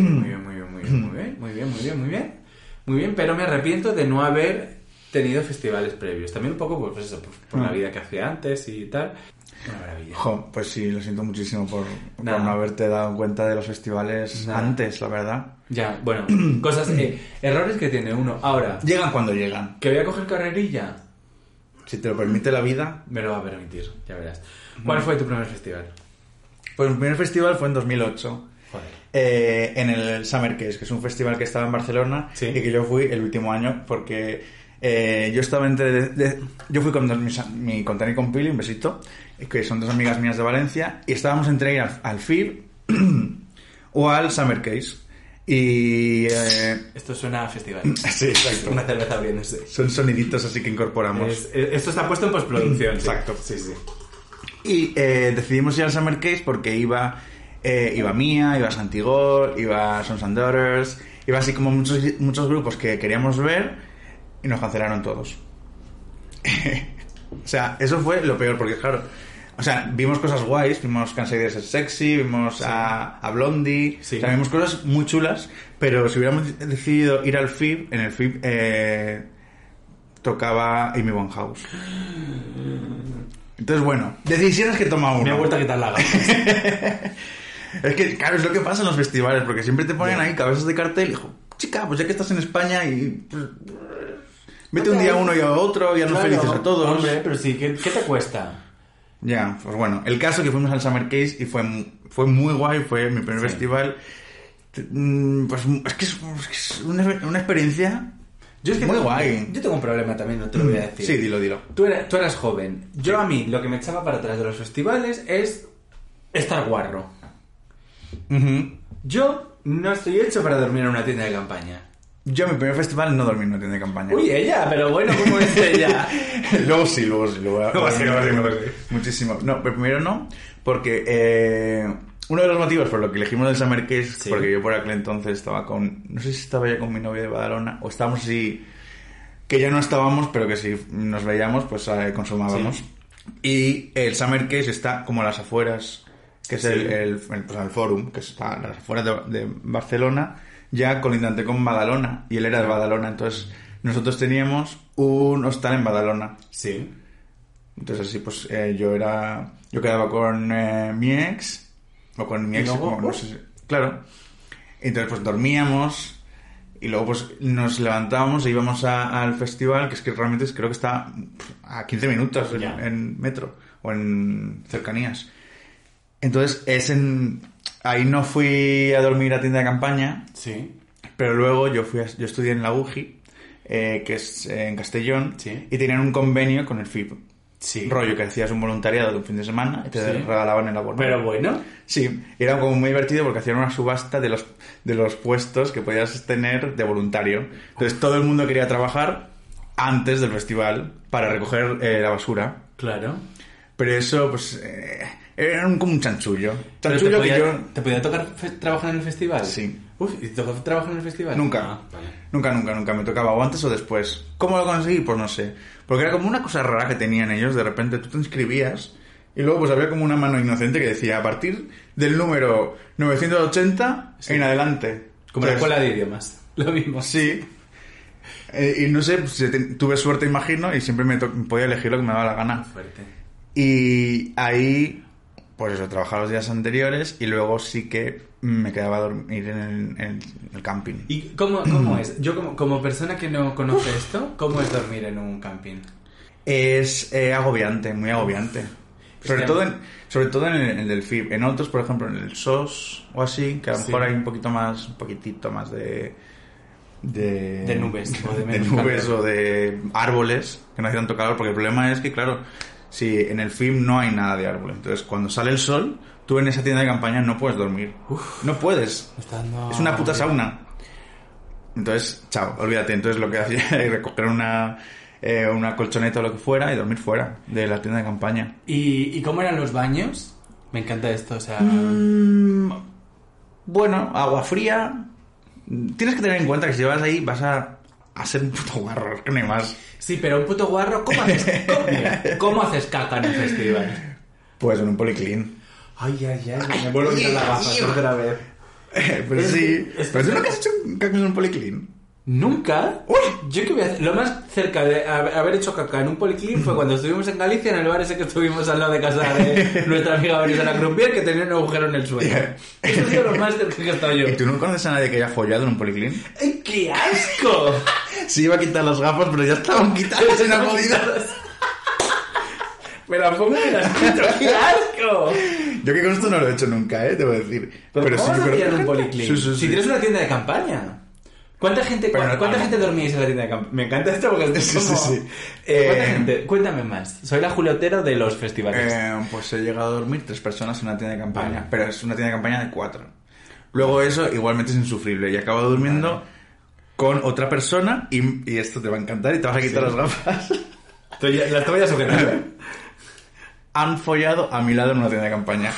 muy bien, pero me arrepiento de no haber tenido festivales previos. También un poco pues eso, por la vida que hacía antes y tal. Una maravilla. Jo, pues sí, lo siento muchísimo por Nada. no haberte dado cuenta de los festivales Nada. antes, la verdad. Ya, bueno, cosas, errores que tiene uno. Ahora, Llegan cuando llegan. que voy a coger carrerilla, Si te lo permite la vida. me lo va a permitir, ya verás. ¿Cuál fue tu primer festival? Pues mi primer festival fue en 2008. Joder. En el Summer Case, que es un festival que estaba en Barcelona. Sí. Y que yo fui el último año porque yo estaba yo fui con con Tani y con Pili, un besito, que son 2 amigas mías de Valencia, y estábamos entre ir al FIB o al Summer Case. Y... Esto suena a festival. sí, exacto. Una cerveza abriéndose. Son soniditos así que incorporamos. Esto está puesto en postproducción. Exacto. Sí. Y decidimos ir al Summer Case porque iba Mía, iba Santigol, iba Sons and Daughters, iba así como muchos grupos que queríamos ver y nos cancelaron todos. O sea, eso fue lo peor porque claro, o sea, vimos cosas guays, vimos Cansei de ser sexy, vimos a Blondie, Sí. o sea, vimos cosas muy chulas, pero si hubiéramos decidido ir al FIB, en el FIB tocaba Amy Winehouse. Entonces, bueno, decisiones que toma uno. Me ha vuelto a quitar la gafa. Es que, claro, es lo que pasa en los festivales, porque siempre te ponen ahí cabezas de cartel y dijo, chica, pues ya que estás en España y... pues, vete un día a uno y a otro y haznos felices a todos. Hombre, pero sí, ¿qué te cuesta? Ya, pues bueno, el caso que fuimos al Summer Case y fue muy guay, fue mi primer festival. Pues es que es una experiencia Yo es que Muy guay. Yo tengo un problema también, no te lo voy a decir. Sí, dilo. Tú eras joven. Yo a mí lo que me echaba para atrás de los festivales es estar guarro. Ujú. Yo no estoy hecho para dormir en una tienda de campaña. Yo en mi primer festival no dormí en una tienda de campaña. Uy, ella, pero bueno, ¿cómo es ella? luego sí. Luego sí. Muchísimo. No, pero primero no, porque uno de los motivos por lo que elegimos el Summer Case, Sí. porque yo por aquel entonces estaba no sé si estaba ya con mi novia de Badalona, o estábamos así, que ya no estábamos, pero que si nos veíamos, pues consumábamos. Sí. Y el Summer Case está como a las afueras, que es Sí. el Fórum, que está a las afueras de Barcelona, ya colindante con Badalona, y él era de Badalona, entonces nosotros teníamos un hostal en Badalona. Sí. Entonces así pues yo quedaba con mi ex, o con mi ¿Y ex, luego? no sé claro. Entonces pues dormíamos, y luego pues nos levantábamos e íbamos al festival, que es que realmente creo que está a 15 minutos Ya. en metro, o en cercanías. Entonces ahí no fui a dormir a tienda de campaña, Sí. pero luego yo estudié en la UGI, que es en Castellón, Sí. y tenían un convenio con el FIP. Sí. Rollo que hacías un voluntariado de un fin de semana y te Sí. regalaban el abono. Pero bueno. Sí, era como muy divertido porque hacían una subasta de los puestos que podías tener de voluntario. Entonces todo el mundo quería trabajar antes del festival para recoger la basura. Claro. Pero eso, pues, era como un chanchullo. Pero Chanchullo ¿te que podía, yo... ¿Te podía tocar trabajar en el festival? Sí. Uf, ¿y te tocó trabajar en el festival? Nunca. Ah, vale. Nunca. Me tocaba o antes o después. ¿Cómo lo conseguí? Pues no sé. Porque era como una cosa rara que tenían ellos. De repente tú te inscribías y luego pues había como una mano inocente que decía a partir del número 980 Sí. en adelante. Como la Entonces, escuela de idiomas. Lo mismo. Sí. Y no sé, pues, tuve suerte, imagino, y siempre podía elegir lo que me daba la gana. Fuerte. Y ahí, pues eso, trabajaba los días anteriores y luego sí que me quedaba a dormir en el camping. ¿Y cómo es? Yo como persona que no conoce esto, ¿cómo es dormir en un camping? Es agobiante, muy agobiante. Sobre todo en el del FIB. En otros, por ejemplo, en el SOS o así, que a lo Sí. mejor hay un poquitito más de nubes o de de menos nubes calor. o de árboles que no hace tanto calor, porque el problema es que, claro, si en el FIB no hay nada de árbol, entonces cuando sale el sol, tú en esa tienda de campaña no puedes dormir. No puedes. Me está dando- Es una puta sauna. Entonces, chao, olvídate. Entonces lo que hacía era recoger una colchoneta o lo que fuera y dormir fuera de la tienda de campaña. ¿Y cómo eran los baños? Me encanta esto, o sea... Bueno, agua fría. Tienes que tener en cuenta que si vas ahí vas a ser un puto guarro, que no hay más. Sí, pero un puto guarro, ¿cómo haces caca en el festival? Pues en un policlín. Ay, me vuelvo a mirar la gafa otra vez. Pues sí. es- ¿Pero tú nunca has hecho caca en un policlín? ¿Nunca? ¿Yo qué voy a hacer? Lo más cerca de haber hecho caca en un policlín fue cuando estuvimos en Galicia, en el bar ese que estuvimos al lado de casa de nuestra amiga Vanessa Crupier, que tenía un agujero en el suelo. Eso ha sido lo más cerca que he estado yo. ¿Y tú no conoces a nadie que haya follado en un policlín? ¡Ay, qué asco! Sí, iba a quitar las gafas, pero ya estaban quitadas y no ha podido. Me la pongo y me las quito. ¡Qué asco! Yo que con esto no lo he hecho nunca, te voy a decir. Pero ¿cómo sí, vas a pero- pillar en un policlín? Sí. Si tienes una tienda de campaña. ¿Cuánta gente dormíais en la tienda de campaña? Me encanta esto porque es como... Sí. ¿Cuánta gente? Cuéntame más. Soy la Julio Otero de los festivales. Pues he llegado a dormir 3 personas en una tienda de campaña, Vale. pero es una tienda de campaña de 4. Luego eso igualmente es insufrible y acabo durmiendo con otra persona y esto te va a encantar y te vas a quitar las gafas. Las tengo ya sujetadas. Han follado a mi lado en una tienda de campaña.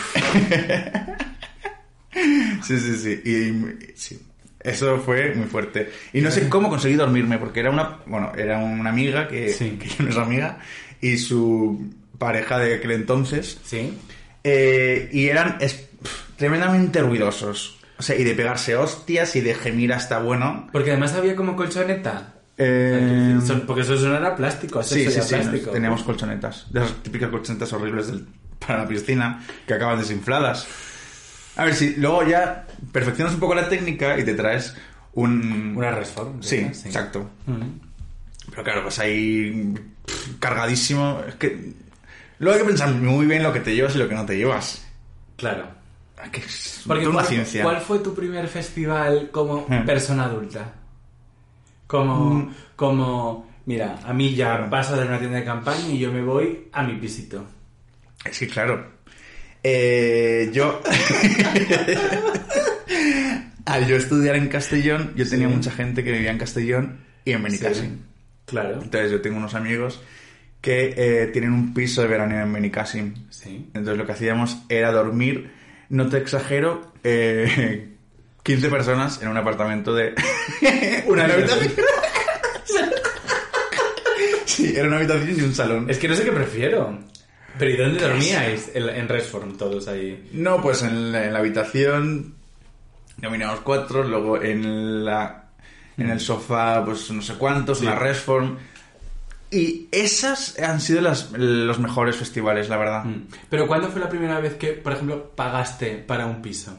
Sí. Y sí. Eso fue muy fuerte. Y no sé cómo conseguí dormirme, porque era una amiga que ya no es amiga, y su pareja de aquel entonces. Sí. Y eran tremendamente ruidosos. O sea, y de pegarse hostias y de gemir hasta bueno. Porque además había como colchoneta. Porque eso no era plástico. Eso Sí, sería plástico. teníamos colchonetas. De esas típicas colchonetas horribles para la piscina que acaban desinfladas. A ver si luego ya perfeccionas un poco la técnica y te traes Una Resform. Sí, ¿verdad? exacto. Mm. Pero claro, pues ahí cargadísimo. Es que luego hay que pensar muy bien lo que te llevas y lo que no te llevas. Claro. Es que es Porque una ciencia. ¿Cuál fue tu primer festival como persona adulta? Como, mira, a mí ya paso de una tienda de campaña y yo me voy a mi pisito. Es que claro, yo... Al yo estudiar en Castellón, yo tenía mucha gente que vivía en Castellón y en Benicàssim. Sí, claro. Entonces yo tengo unos amigos que tienen un piso de veraneo en Benicàssim. Sí. Entonces lo que hacíamos era dormir, no te exagero, 15 personas en un apartamento de una habitación. Sí, era una habitación y un salón. Es que no sé qué prefiero. ¿Pero y dónde dormíais? En Resform, todos ahí. No, pues en la habitación dominamos 4, luego en el sofá, pues no sé cuántos, Sí. una Resform. Y esas han sido los mejores festivales, la verdad. Pero ¿cuándo fue la primera vez que, por ejemplo, pagaste para un piso?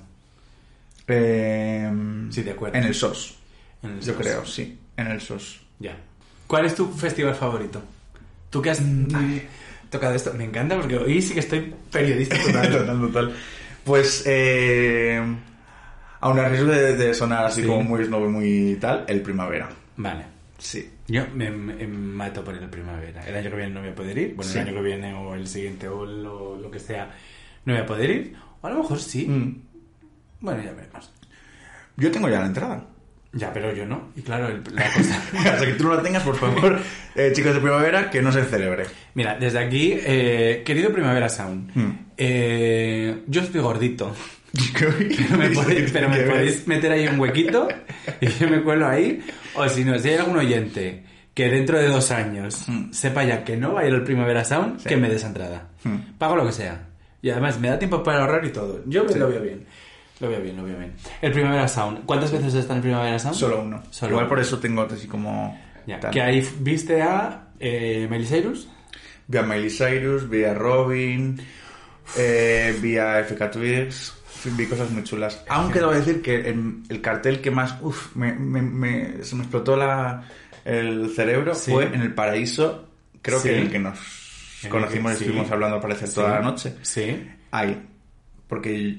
Sí, de acuerdo. En el SOS. En el Yo SOS. creo, sí. En el SOS. Ya. ¿Cuál es tu festival favorito? Tú que has tocado esto. Me encanta porque hoy sí que estoy periodista total. Total. Pues, aún a riesgo de sonar así Sí. como muy snob y muy tal, el Primavera. Vale. Sí. Yo me mato por el primavera. El año que viene no voy a poder ir. Bueno, Sí. el año que viene o el siguiente o lo que sea, no voy a poder ir. O a lo mejor sí. Bueno, ya veremos. Yo tengo ya la entrada. Ya, pero yo no. Y claro, la cosa... Hasta que tú no la tengas, por favor, chicos de Primavera, que no se celebre. Mira, desde aquí, querido Primavera Sound, yo estoy gordito. Pero me podéis meter ahí un huequito y yo me cuelo ahí. O si no, si hay algún oyente que dentro de 2 años sepa ya que no va a ir al Primavera Sound, que me des entrada. Pago lo que sea. Y además me da tiempo para ahorrar y todo. Yo lo veo bien. Lo veo bien. El Primavera Sound. ¿Cuántas veces está en el Primavera Sound? Solo uno. Igual por eso tengo así como... Ya, tal. que ahí viste a Miley Cyrus. Vi a Miley Cyrus, vi a Robin, vi a FK Twigs, vi cosas muy chulas. Aunque debo decir que el cartel que más se me explotó el cerebro Sí. fue en el Paraíso, creo Sí. que en el que nos En el conocimos y que- estuvimos sí. hablando al parecer Sí. toda la noche. Sí. Ahí. Porque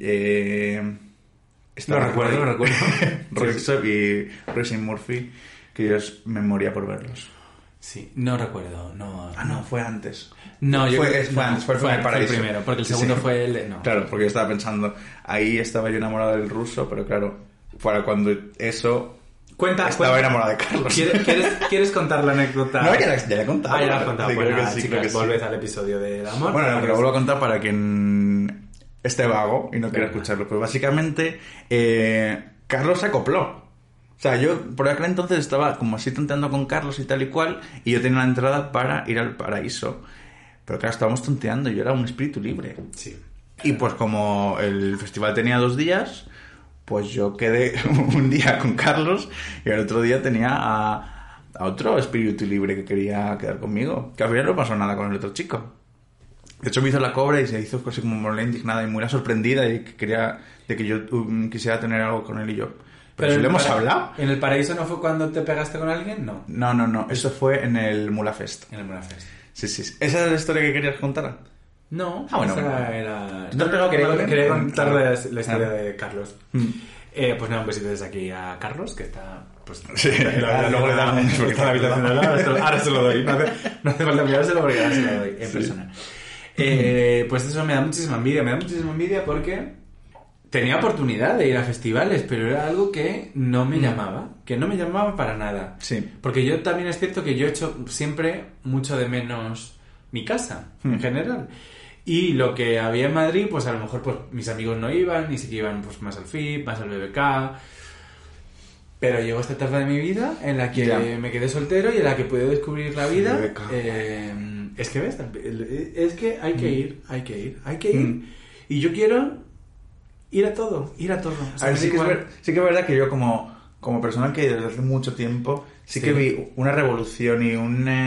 Lo recuerdo. Roxop y Racing Murphy, que yo me moría por verlos. Sí, no recuerdo. No, Ah, no, fue antes. No, yo Fue creo que antes, fue el Paraíso. el primero, porque el Sí, segundo sí. fue el... No. Claro, porque yo estaba pensando, ahí estaba yo enamorado del ruso, pero claro, para cuando eso... Estaba enamorado de Carlos. ¿Quieres contar la anécdota? No, ya la he contado. Ah, ya la has contado. Sí, Pues creo que nada, sí, chicas, creo que sí. volved al episodio del amor. Bueno, para que que lo os- vuelvo a contar para quien esté vago y no quiera Venga. escucharlo. Pero básicamente, Carlos se acopló. O sea, yo por aquel entonces estaba como así tonteando con Carlos y tal y cual, y yo tenía una entrada para ir al Paraíso. Pero claro, estábamos tonteando, yo era un espíritu libre. Sí. Y pues como el festival tenía 2 días, pues yo quedé un día con Carlos y el otro día tenía a otro espíritu libre que quería quedar conmigo. Que al final no pasó nada con el otro chico. De hecho me hizo la cobra y se hizo casi como muy indignada y muy sorprendida y que quería de que yo quisiera tener algo con él y yo. Pero si en le el hemos para- hablado. ¿En el Paraíso no fue cuando te pegaste con alguien? No. No. Eso fue en el Mula Fest. En el Monafest. Sí. ¿Esa es la historia que querías contar? No, Ah, bueno, esa bueno. era... ¿Tú te has pegado con alguien? quería contar la historia Ah. de Carlos. Pues nada, un besito desde aquí a Carlos, que está... Pues, Sí, luego le damos un beso. está en la habitación de al lado, ahora se lo doy. No hace falta mirárselo porque ahora se lo doy en Sí. persona. Pues eso me da muchísima envidia porque tenía oportunidad de ir a festivales, pero era algo que no me llamaba para nada. Sí. Porque yo también es cierto que yo he hecho siempre mucho de menos mi casa, en general. Y lo que había en Madrid, pues a lo mejor pues mis amigos no iban, ni siquiera iban pues más al FIP, más al BBK. Pero llegó esta etapa de mi vida en la que Ya. me quedé soltero y en la que pude descubrir la vida. BBK. Es que ves, es que hay que ir. Y yo quiero ir a todo. O sea, A ver, me da sí que igual. es verdad que yo como persona que desde hace mucho tiempo sí que vi una revolución y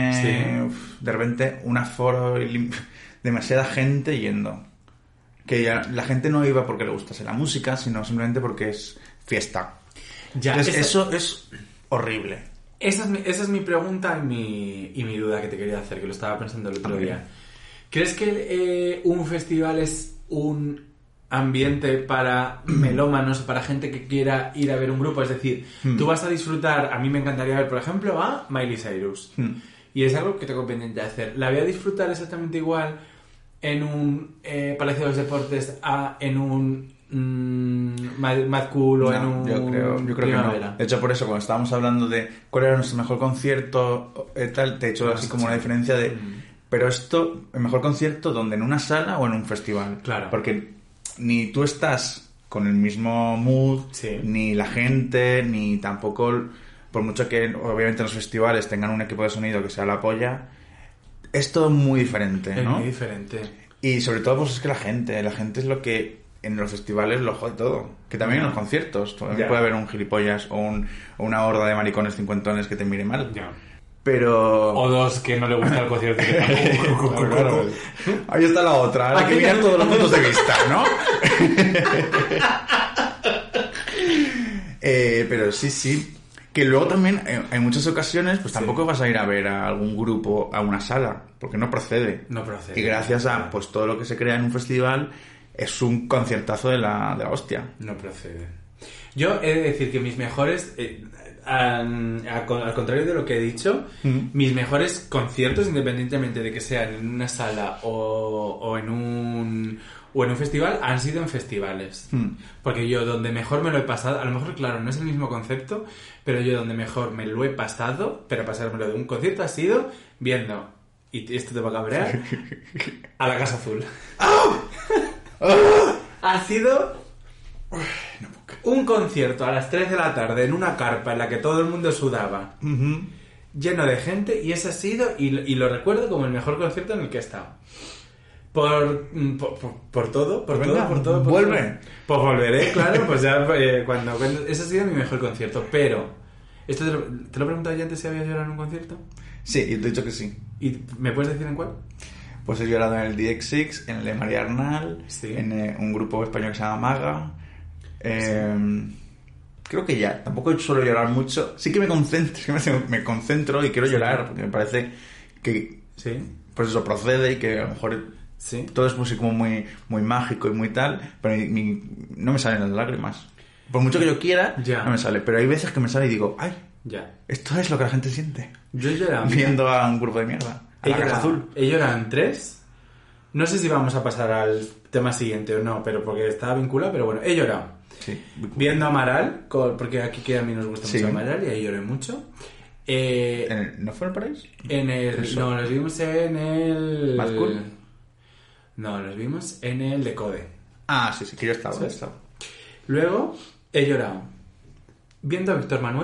de repente un aforo y demasiada gente yendo. Que ya la gente no iba porque le gustase la música, sino simplemente porque es fiesta. Ya, Entonces, esa- eso es horrible. Esa es mi pregunta y mi duda que te quería hacer, que lo estaba pensando el otro Ok. día. ¿Crees que un festival es un ambiente para melómanos, para gente que quiera ir a ver un grupo. Es decir, tú vas a disfrutar, a mí me encantaría ver, por ejemplo, a Miley Cyrus. Y es algo que tengo pendiente de hacer. La voy a disfrutar exactamente igual en un Palacio de los Deportes en un Mad Cool o en un yo creo que no. De hecho, por eso, cuando estábamos hablando de cuál era nuestro mejor concierto, tal, te he hecho así como una diferencia de... Pero esto, el mejor concierto, ¿dónde? ¿En una sala o en un festival? Claro. Porque ni tú estás con el mismo mood, ni la gente, ni tampoco, por mucho que obviamente los festivales tengan un equipo de sonido que sea la polla, es todo muy diferente, ¿no? Es muy diferente. Y sobre todo, pues es que la gente es lo que en los festivales lo jode todo. Que también en los conciertos. También puede haber un gilipollas o una horda de maricones cincuentones que te mire mal. Ya. Pero... O dos que no le gusta el concierto. Claro. Ahí está la otra. Hay que mirar todos los puntos de vista, ¿no? Pero sí. Que luego también, en muchas ocasiones, pues tampoco vas a ir a ver a algún grupo a una sala. Porque no procede. No procede. Y gracias a pues todo lo que se crea en un festival, es un conciertazo de la hostia. No procede. Yo he de decir que mis mejores... al contrario de lo que he dicho, mis mejores conciertos, independientemente de que sean en una sala o en un festival, han sido en festivales. Porque yo donde mejor me lo he pasado, a lo mejor, claro, no es el mismo concepto, pero yo donde mejor me lo he pasado, pero pasármelo de un concierto, ha sido viendo, y esto te va a cabrear, a la Casa Azul. Ha sido... un concierto a las 3 de la tarde en una carpa en la que todo el mundo sudaba, lleno de gente, y ese ha sido, y lo recuerdo como el mejor concierto en el que he estado. Por todo. Vuelve. Pues volveré, claro, pues ya cuando ese ha sido mi mejor concierto. Pero, ¿esto te lo he preguntado ya antes si habías llorado en un concierto? Sí, y te he dicho que sí. ¿Y me puedes decir en cuál? Pues he llorado en el DX6, en el de María Arnal, en un grupo español que se llama Maga. Creo que ya. Tampoco suelo llorar mucho. Sí que me concentro y quiero llorar, porque me parece que pues eso procede y que a lo mejor todo es música como muy, muy mágico y muy tal, pero no me salen las lágrimas. Por mucho que yo quiera, no me sale. Pero hay veces que me sale y digo, ¡ay! Esto es lo que la gente siente. Yo he llorado viendo a un grupo de mierda. A la Casa Azul. He llorado en 3. No sé si vamos a pasar al tema siguiente o no, pero porque estaba vinculado, pero bueno, he llorado. Sí. Viendo a Amaral, porque aquí que a mí nos gusta mucho Amaral y ahí lloré mucho. ¿No fue en el Paraíso? No, los vimos en el... ¿Mad Cool? No, los vimos en el Decode. Ah, sí, que yo estaba. Luego he llorado viendo a Víctor Manuel.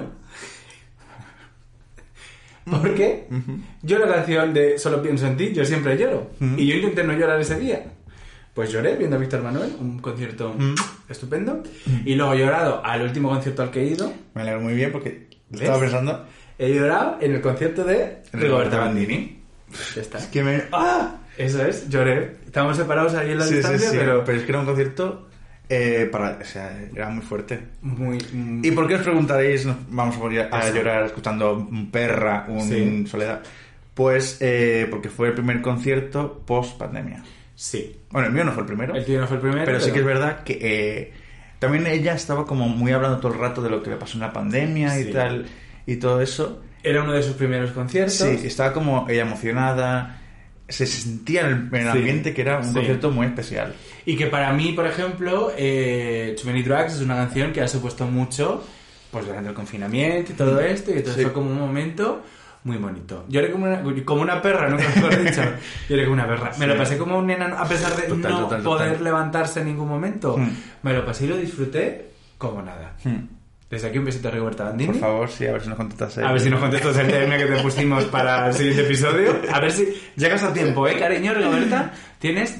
Porque yo la canción de Solo pienso en ti, yo siempre lloro. Y yo intenté no llorar ese día. Pues lloré viendo a Víctor Manuel, un concierto estupendo. Y luego he llorado al último concierto al que he ido. Me alegro muy bien porque estaba pensando... He llorado en el concierto de Rigoberta Bandini. Ya está. Es que Eso es, lloré. Estábamos separados ahí en la distancia, pero es que era un concierto... era muy fuerte. Muy... ¿Y por qué os preguntaréis? Vamos a llorar escuchando Perra, Soledad. Pues porque fue el primer concierto post pandemia. Sí. Bueno, el mío no fue el primero. El tuyo no fue el primero. Pero sí que es verdad que también ella estaba como muy hablando todo el rato de lo que le pasó en la pandemia y tal, y todo eso. Era uno de sus primeros conciertos. Sí, estaba como ella emocionada. Se sentía en el ambiente que era un concierto muy especial. Y que para mí, por ejemplo, Too Many Drugs es una canción que ha supuesto mucho pues durante el confinamiento y todo esto, y entonces fue como un momento muy bonito. Lloré como una perra, nunca mejor dicho. Lloré como una perra. Me lo pasé como un nena, a pesar de no poder levantarse en ningún momento. Me lo pasé y lo disfruté como nada. Desde aquí un besito a Rigoberta Bandini. Por favor, sí, a ver si nos contestas. A ver si nos contestas el DM que te pusimos para el siguiente episodio. A ver si llegas a tiempo, cariño, Rigoberta. Tienes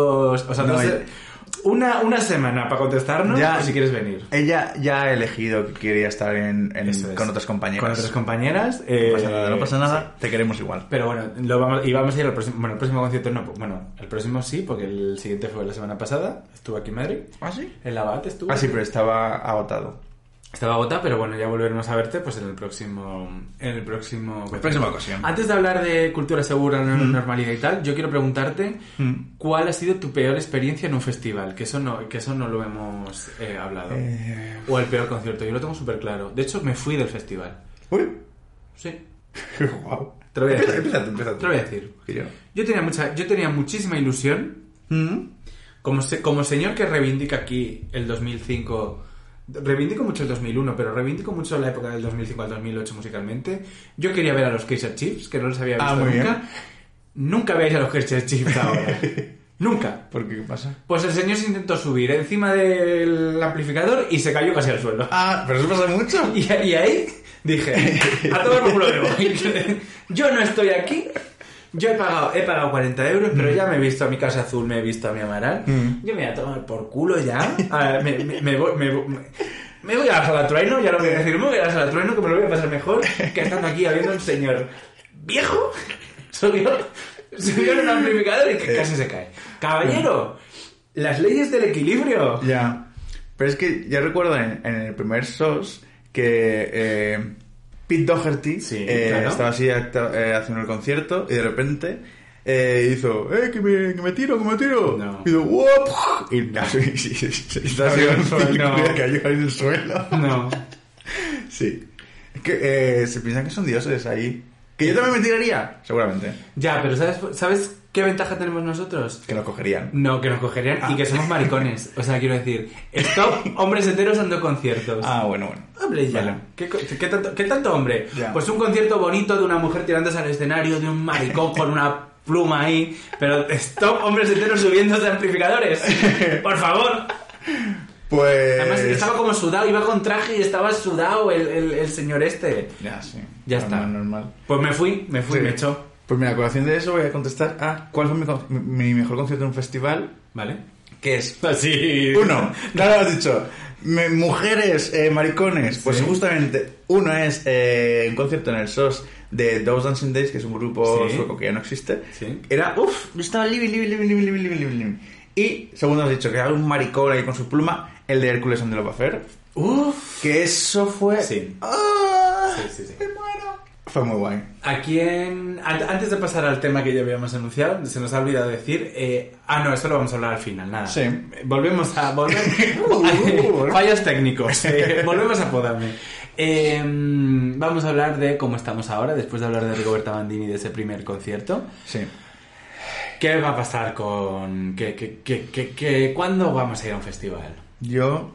una semana para contestarnos ya, si quieres venir. Ella ya ha elegido que quería estar con otras compañeras. Con otras compañeras. No pasa nada, te queremos igual. Pero bueno, vamos a ir al próximo. Bueno, el próximo concierto no. Bueno, el próximo sí, porque el siguiente fue la semana pasada. Estuvo aquí en Madrid. ¿Ah, sí? En la BAT estuvo. Ah, sí, pero estaba agotado. Estaba agotado, pero bueno, ya volveremos a verte pues en el próximo Próxima ocasión. Antes de hablar de cultura segura, normalidad y tal, yo quiero preguntarte ¿cuál ha sido tu peor experiencia en un festival? Que eso no lo hemos hablado. O el peor concierto, yo lo tengo súper claro. De hecho, me fui del festival. Uy. Sí. Wow. Te lo voy a decir. Empieza tú. Te lo voy a decir. ¿Y yo? Yo tenía muchísima ilusión. Como señor que reivindica aquí el 2005... Reivindico mucho el 2001, pero reivindico mucho la época del 2005 al 2008 musicalmente. Yo quería ver a los Kaiser Chiefs, que no los había visto muy nunca. bien. Nunca veáis a los Kaiser Chiefs ahora. Nunca. ¿Por qué pasa? Pues el señor se intentó subir encima del amplificador y se cayó casi al suelo. Ah, pero eso pasa mucho. Y ahí dije, a tomar por culo de voy. Yo no estoy aquí. Yo he pagado 40 euros, pero ya me he visto a mi Casa Azul, me he visto a mi Amaral. Yo me voy a tomar por culo ya. Me voy a la sala trueno, ya lo voy a decir. Me voy a la sala trueno, que me lo voy a pasar mejor que estando aquí habiendo un señor viejo subió en un amplificador y que casi se cae. Caballero, las leyes del equilibrio. Ya. Pero es que ya recuerdo en el primer SOS que Pete Doherty claro. estaba así haciendo el concierto y de repente hizo que me tiro. No. Y hizo ¡wop! Y cayó en el suelo. No. Sí. Es que se piensan que son dioses ahí. ¿Que yo también me tiraría? Seguramente. Ya, pero ¿sabes qué ventaja tenemos nosotros? Que lo cogerían. No, que nos cogerían y que somos maricones. O sea, quiero decir, stop, hombres enteros dando conciertos. Ah, bueno. Hombre, ya. Vale. ¿Qué tanto hombre? Ya. Pues un concierto bonito de una mujer tirándose al escenario, de un maricón con una pluma ahí. Pero stop, hombres enteros subiendo de amplificadores. Por favor. Pues... Además, estaba como sudado, iba con traje y estaba sudado el señor este. Ya, sí. Ya está. Normal. Pues me fui, Sí. me echó. Pues mira, a colación de eso voy a contestar a cuál fue mi mejor concierto en un festival. ¿Vale? ¿Qué es? Así. Uno, claro, lo has dicho. Mujeres, maricones. Pues Sí. justamente, uno es un concierto en el SOS de Those Dancing Days, que es un grupo Sí. sueco que ya no existe. Sí. Era, yo estaba living. Y segundo has dicho que era un maricón ahí con su pluma, el de Hércules and the Love Affair. Que eso fue... Sí. ¡Ah! Sí. ¡Me muero! Fue muy guay. ¿A quién...? Antes de pasar al tema que ya habíamos anunciado, se nos ha olvidado decir... no, esto lo vamos a hablar al final, nada. Sí. Volvemos a... Fallos técnicos. Volvemos a podarme. Vamos a hablar de cómo estamos ahora, después de hablar de Rigoberta Bandini y de ese primer concierto. Sí. ¿Qué va a pasar con...? ¿Cuándo vamos a ir a un festival? Yo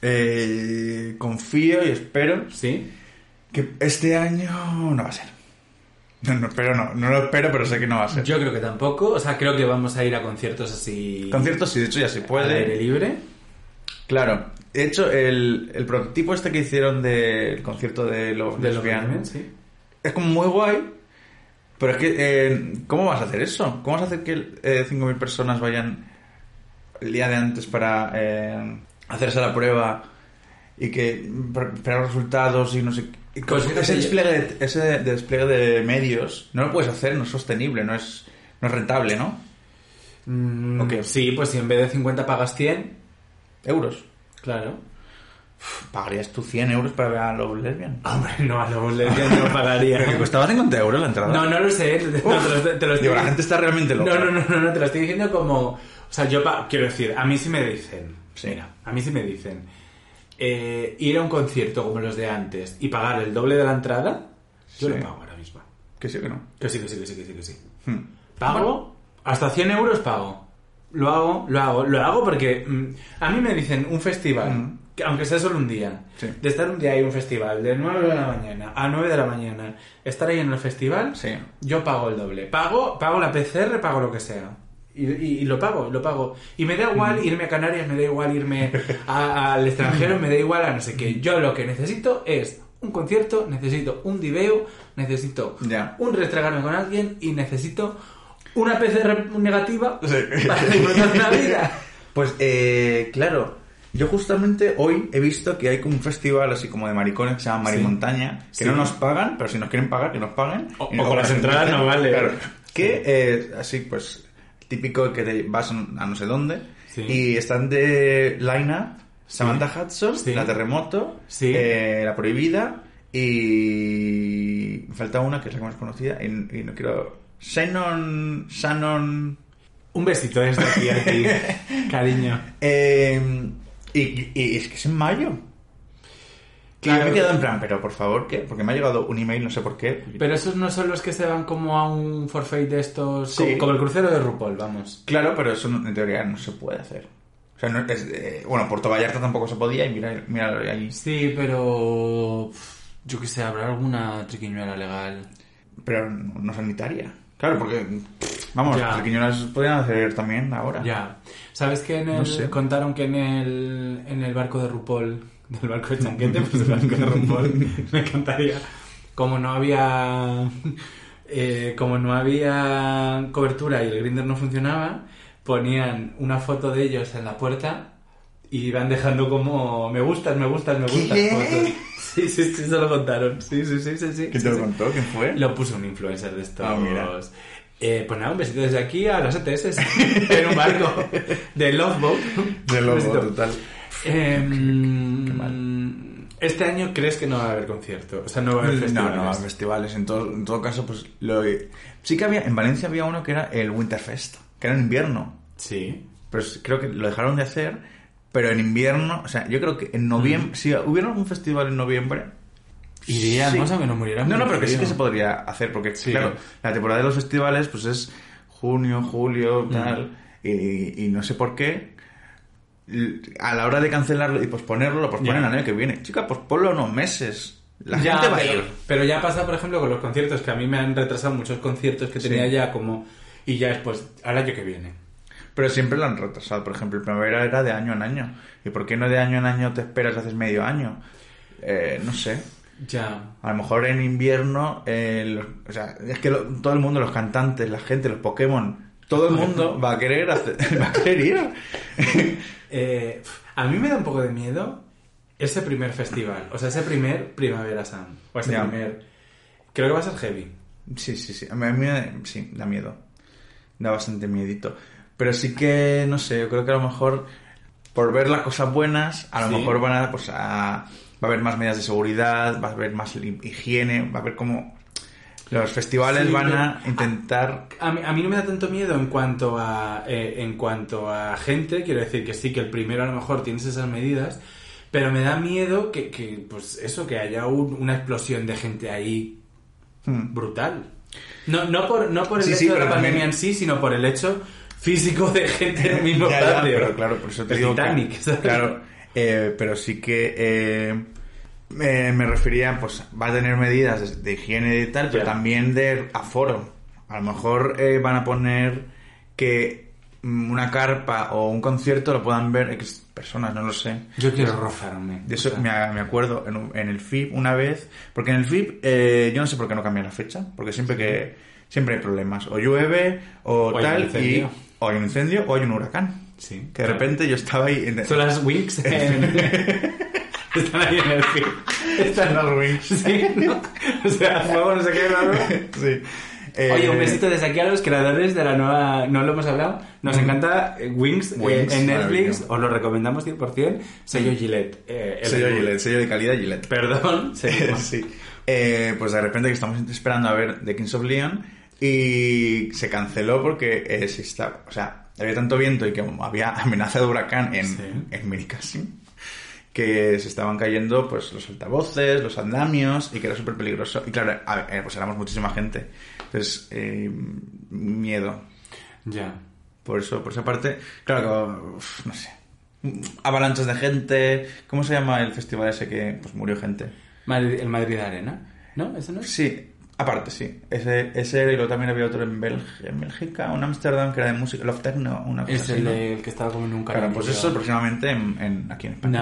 confío y espero ¿Sí? que este año no va a ser. No lo espero, pero sé que no va a ser. Yo creo que tampoco. O sea, creo que vamos a ir a conciertos así... Conciertos sí, de hecho ya se al puede. aire libre. Claro. De hecho, el prototipo este que hicieron del concierto de los De lesbianos los sí. es como muy guay, pero es que ¿cómo vas a hacer eso? ¿Cómo vas a hacer que 5.000 personas vayan el día de antes para hacerse la prueba y que esperar resultados y no sé qué? Pues ese despliegue de medios no lo puedes hacer, no es sostenible, no es rentable, ¿no? Ok. Sí, pues si en vez de 50 pagas 100, Euros. claro. ¿Pagarías tú 100 euros para ver a los lesbianos? Hombre, no, a los lesbianos no pagaría. ¿Que costaba 50 euros la entrada? No lo sé. Te lo estoy... Digo, la gente está realmente loca. No, te lo estoy diciendo como... O sea, yo quiero decir, a mí sí me dicen... Sí. Mira, a mí sí me dicen... ir a un concierto como los de antes y pagar el doble de la entrada, yo Sí. lo pago ahora mismo. Que sí o que no. Que sí. Hmm. ¿Pago? Hasta 100 euros pago. Lo hago porque a mí me dicen un festival, que aunque sea solo un día, Sí. de estar un día ahí en un festival, de 9 de la mañana a 9 de la mañana, estar ahí en el festival, Sí. yo pago el doble. Pago la PCR, pago lo que sea. Y lo pago. Y me da igual irme a Canarias, me da igual irme al extranjero, me da igual a no sé qué. Yo lo que necesito es un concierto, necesito un diveo, necesito Ya. un restregarme con alguien y necesito una PCR negativa Sí. para disfrutar de la vida. Pues, claro, yo justamente hoy he visto que hay como un festival así como de maricones que se llama Marimontaña, que Sí. no nos pagan, pero si nos quieren pagar, que nos paguen. O Y nos con las cobran entradas 50. no vale. Claro, que así pues típico que te vas a no sé dónde Sí. y están de line-up Samantha Hudson, Sí. La Terremoto, Sí. La Prohibida y... me falta una que es la más conocida y no quiero... Shannon... Un besito desde aquí a ti, cariño. Y es que es en mayo. Claro. Y me he quedado en plan, pero por favor, ¿qué? Porque me ha llegado un email, no sé por qué. Pero esos no son los que se van como a un forfait de estos... Sí. Como el crucero de RuPaul, vamos. Claro, pero eso en teoría no se puede hacer. O sea, no es, bueno, Puerto Vallarta tampoco se podía y mira ahí. Sí, pero... Yo qué sé, habrá alguna triquiñuela legal. Pero no sanitaria. Claro, porque, vamos, Ya. las triquiñuelas podrían hacer también ahora. Ya. ¿Sabes que No sé. contaron que en el barco de RuPaul, del barco de Chanquete, pues el barco de RuPaul, me encantaría, como no había cobertura y el Grindr no funcionaba, ponían una foto de ellos en la puerta y iban dejando como me gustas fotos. Sí, se lo contaron. Sí. ¿Quién te lo contó? ¿Quién fue? Lo puso un influencer de estos. Ah, mira. Pues nada, un besito desde aquí a las ETS en un barco de Love Boat. De Un lobo, besito. total. Este año crees que no va a haber concierto, o sea, no va a haber festivales. No, festivales. En todo caso, pues sí que había, en Valencia había uno que era el Winterfest, que era en invierno. Sí. Pero creo que lo dejaron de hacer, pero en invierno, o sea, yo creo que en noviembre, si hubiera algún festival en noviembre... Iríamos sí. a que nos muriéramos. No, pero que sí que se podría hacer, porque Sí. claro, la temporada de los festivales pues es junio, julio, tal, y no sé por qué, a la hora de cancelarlo y posponerlo, lo posponen Ya. al año que viene. Chica, pues ponlo unos meses. La Ya, gente va a ir. pero ya pasa, por ejemplo, con los conciertos, que a mí me han retrasado muchos conciertos que tenía Sí. ya como... Y ya después, al año que viene. Pero siempre lo han retrasado. Por ejemplo, el primavera era de año en año. ¿Y por qué no de año en año te esperas y haces medio año? No sé. Ya. A lo mejor en invierno, o sea, es que todo el mundo, los cantantes, la gente, los Pokémon, todo el mundo va a querer va a querer ir. A mí me da un poco de miedo ese primer festival, o sea, ese primer Primavera Sound, o ese Ya. primer... Creo que va a ser heavy. Sí. A mí sí, da miedo. Da bastante miedito. Pero sí que, no sé, yo creo que a lo mejor, por ver las cosas buenas, a lo Sí. mejor va a haber más medidas de seguridad, va a haber más higiene, va a haber como... Los festivales Sí, van pero- a intentar... A mí no me da tanto miedo en cuanto a gente, quiero decir que sí, que el primero a lo mejor tienes esas medidas, pero me da miedo que pues eso, que haya una explosión de gente ahí brutal. No por el Sí, hecho sí, de pero la pandemia también- en sí, sino por el hecho físico de gente en el mismo Ya, patio. pero claro, por eso te El digo que- Titanic, ¿sabes? claro, pero sí que me refería, pues va a tener medidas de higiene y tal, pero Ya. también de aforo. A lo mejor van a poner que una carpa o un concierto lo puedan ver X personas, no lo sé. Yo quiero rozarme. De eso O sea, me acuerdo en el FIP una vez, porque en el FIP yo no sé por qué no cambian la fecha, porque siempre hay problemas, o llueve o hay tal, un incendio. o hay un incendio o hay un huracán. Sí. Que de repente yo estaba ahí... Son las Winx están ahí en el film. Están las Wings. Sí, ¿no? O sea, fuego no sé qué, ¿no? Sí. Oye, un besito desde aquí a los creadores de la nueva... No lo hemos hablado. Nos encanta Wings, Wings, en Netflix. maravilloso. Os lo recomendamos 100%. Sello Gillette. Sello Gillette, sello de calidad Gillette. Perdón. seguimos. Sí. Pues de repente que estamos esperando a ver The Kings of Leon y se canceló porque se está, o sea, había tanto viento y que había amenaza de huracán en Benicàssim que se estaban cayendo pues los altavoces, los andamios y que era súper peligroso. Y claro, pues éramos muchísima gente. Entonces, miedo. Ya. Por esa parte, claro, no sé. Avalanchas de gente. ¿Cómo se llama el festival ese que pues murió gente? El Madrid Arena. ¿No? ¿Ese no es? Sí, aparte, sí. Ese era, y luego también había otro en Bélgica, un Ámsterdam que era de música, Love Techno, una cosa Es así, el, ¿no? el que estaba como en un Claro, canal. pues eso próximamente aquí en España.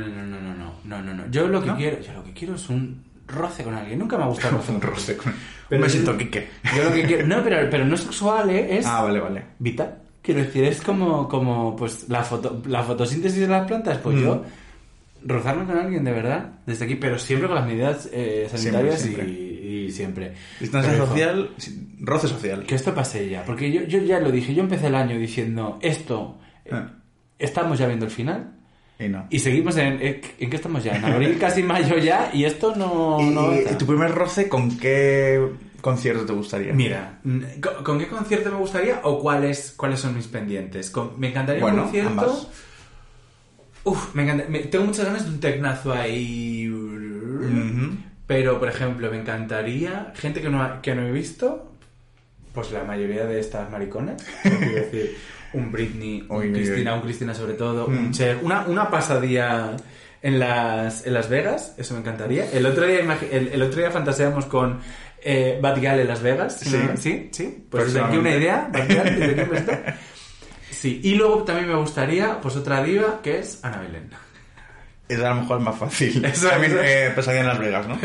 No. Yo lo que quiero es un roce con alguien. Nunca me ha gustado el roce. Un roce con... Pero un besito, es- Quique. Yo lo que quiero... No, pero no sexual, ¿eh? Es Vale. vital. Quiero decir, es como pues la fotosíntesis de las plantas. Pues yo rozarme con alguien de verdad desde aquí, pero siempre con las medidas sanitarias Siempre. y siempre. Distancia Pero, hijo, social, roce social. que esto pase ya, porque yo ya lo dije. Yo empecé el año diciendo esto. Estamos ya viendo el final. Y no. Y seguimos en qué estamos ya, en abril, casi mayo ya, y esto no... ¿Y tu primer roce con qué concierto te gustaría? Mira, ¿con qué concierto me gustaría o cuáles son mis pendientes? Me encantaría un concierto... Ambas. Me encanta, tengo muchas ganas de un tecnazo ahí... Pero, por ejemplo, me encantaría gente que no he visto, pues la mayoría de estas mariconas, quiero decir, un Britney, un Cristina sobre todo, un Cher, una pasadía en Las Vegas, eso me encantaría. El otro día fantaseamos con Bad Gyal en Las Vegas. Sí. Sí. Pues desde aquí una idea, Bad Gyal, desde aquí un besito. Sí, y luego también me gustaría, pues otra diva, que es Ana Belén. Es a lo mejor más fácil. Eso, también pesadilla en Las Vegas, ¿no?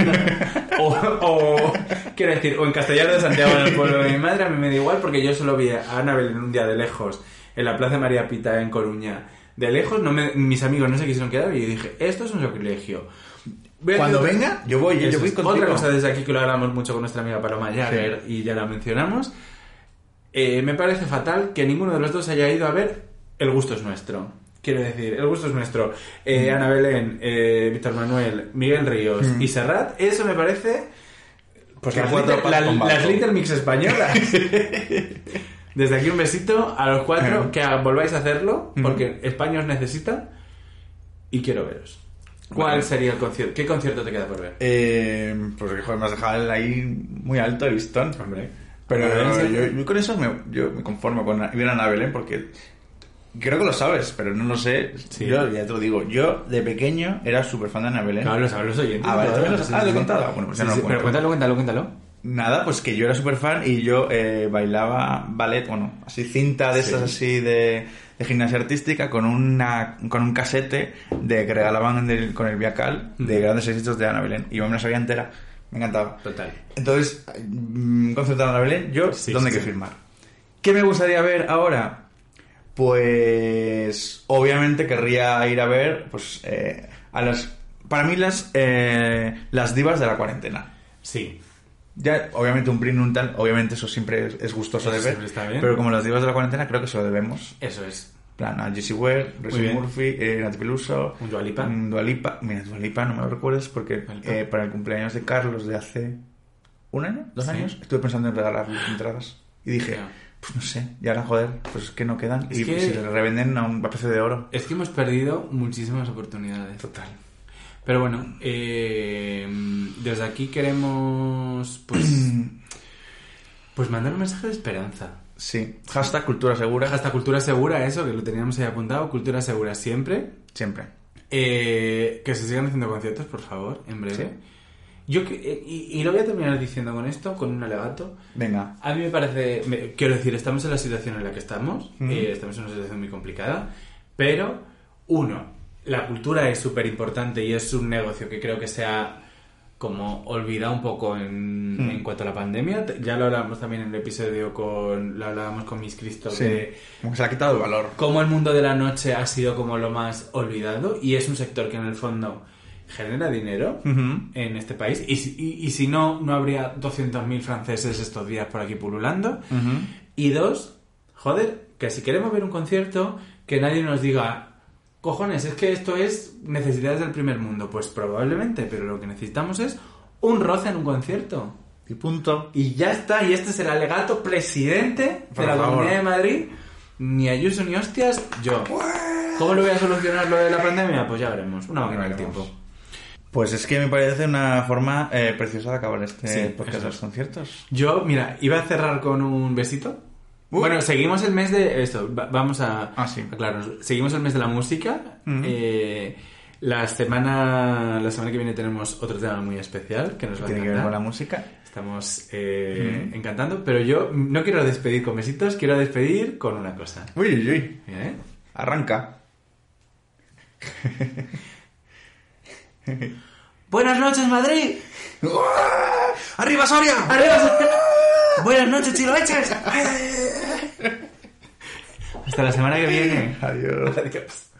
o quiero decir, o en Castellar de Santiago, en el pueblo de mi madre, a mí me da igual porque yo solo vi a Ana Belén un día de lejos en la Plaza María Pita en Coruña. De lejos, mis amigos no se quisieron quedar y yo dije, esto es un sacrilegio. Cuando venga, yo voy contigo. Otra cosa desde aquí que lo hablamos mucho con nuestra amiga Paloma Jagger, y ya la mencionamos. Me parece fatal que ninguno de los dos haya ido a ver El gusto es nuestro. Quiero decir, El gusto es nuestro. Ana Belén, Víctor Manuel, Miguel Ríos y Serrat, eso me parece... Pues las Little Mix españolas. Desde aquí un besito a los 4, que volváis a hacerlo, porque España os necesita y quiero veros. ¿Cuál sería el concierto? ¿Qué concierto te queda por ver? Pues joder, me has dejado ahí muy alto el listón. Hombre. Pero yo con eso yo me conformo con ir a Ana Belén porque creo que lo sabes, pero no lo sé. Sí. Yo ya te lo digo, yo de pequeño era súper fan de Ana Belén. Claro, lo saben los oyentes. Vale, lo he contado. Bueno, pues ya no lo cuento. Pero cuéntalo. Nada, pues que yo era súper fan y yo bailaba ballet, bueno, así cinta de esas así de gimnasia artística con un casete que regalaban con el Viacal de grandes éxitos de Ana Belén. Y yo me la sabía entera. Me encantaba. Total. Entonces, un concierto de Ana Belén, ¿dónde hay que firmar? ¿Qué me gustaría ver ahora? Pues obviamente querría ir a ver pues para mí las divas de la cuarentena. Sí. Ya, obviamente un Britney, un tal, obviamente eso siempre es gustoso de ver. Está bien. Pero como las divas de la cuarentena creo que se lo debemos. Eso es. Plan, a Jessie Ware, Rosie Murphy, Nati Peluso, un Dua Lipa. Mira, Dua Lipa no me lo recuerdes porque para el cumpleaños de Carlos de hace ¿un año? ¿2 años? Estuve pensando en regalar entradas y dije, pues no sé, y ahora joder, pues que no quedan y si le revenden a un precio de oro. Es que hemos perdido muchísimas oportunidades. Total. Pero bueno, desde aquí queremos pues mandar un mensaje de esperanza. Sí, hashtag cultura segura. Hashtag cultura segura, eso, que lo teníamos ahí apuntado. Cultura segura siempre. Siempre. Que se sigan haciendo conciertos, por favor, en breve. Sí. Yo y lo voy a terminar diciendo con esto, con un alegato. Venga. A mí me parece... quiero decir, estamos en la situación en la que estamos. Estamos en una situación muy complicada. Pero, la cultura es súper importante y es un negocio que creo que se ha como olvidado un poco en cuanto a la pandemia. Ya lo hablábamos también en el episodio lo hablábamos con Miss Cristo como que se le ha quitado el valor. Cómo el mundo de la noche ha sido como lo más olvidado y es un sector que en el fondo genera dinero en este país y si no habría 200.000 franceses estos días por aquí pululando. Y 2, joder, que si queremos ver un concierto que nadie nos diga cojones, es que esto es necesidades del primer mundo. Pues probablemente, pero lo que necesitamos es un roce en un concierto. Y punto. Y ya está, y este es el alegato presidente de la Comunidad de Madrid. Ni Ayuso ni hostias, yo. ¿Cómo lo voy a solucionar lo de la pandemia? Pues ya veremos, una máquina del tiempo. Pues es que me parece una forma preciosa de acabar este podcast de los conciertos. Yo, mira, iba a cerrar con un besito. Bueno, seguimos el mes de... Esto, vamos a aclararnos. Seguimos el mes de la música. La semana que viene tenemos otro tema muy especial que nos va a encantar. ¿Tiene que ver con la música? Estamos encantando, pero yo no quiero despedir con besitos, quiero despedir con una cosa. Uy. Arranca. Buenas noches, Madrid. ¡Arriba, Soria! ¡Arriba, Soria! Buenas noches, chiloeches. Hasta la semana que viene. Adiós. Adiós.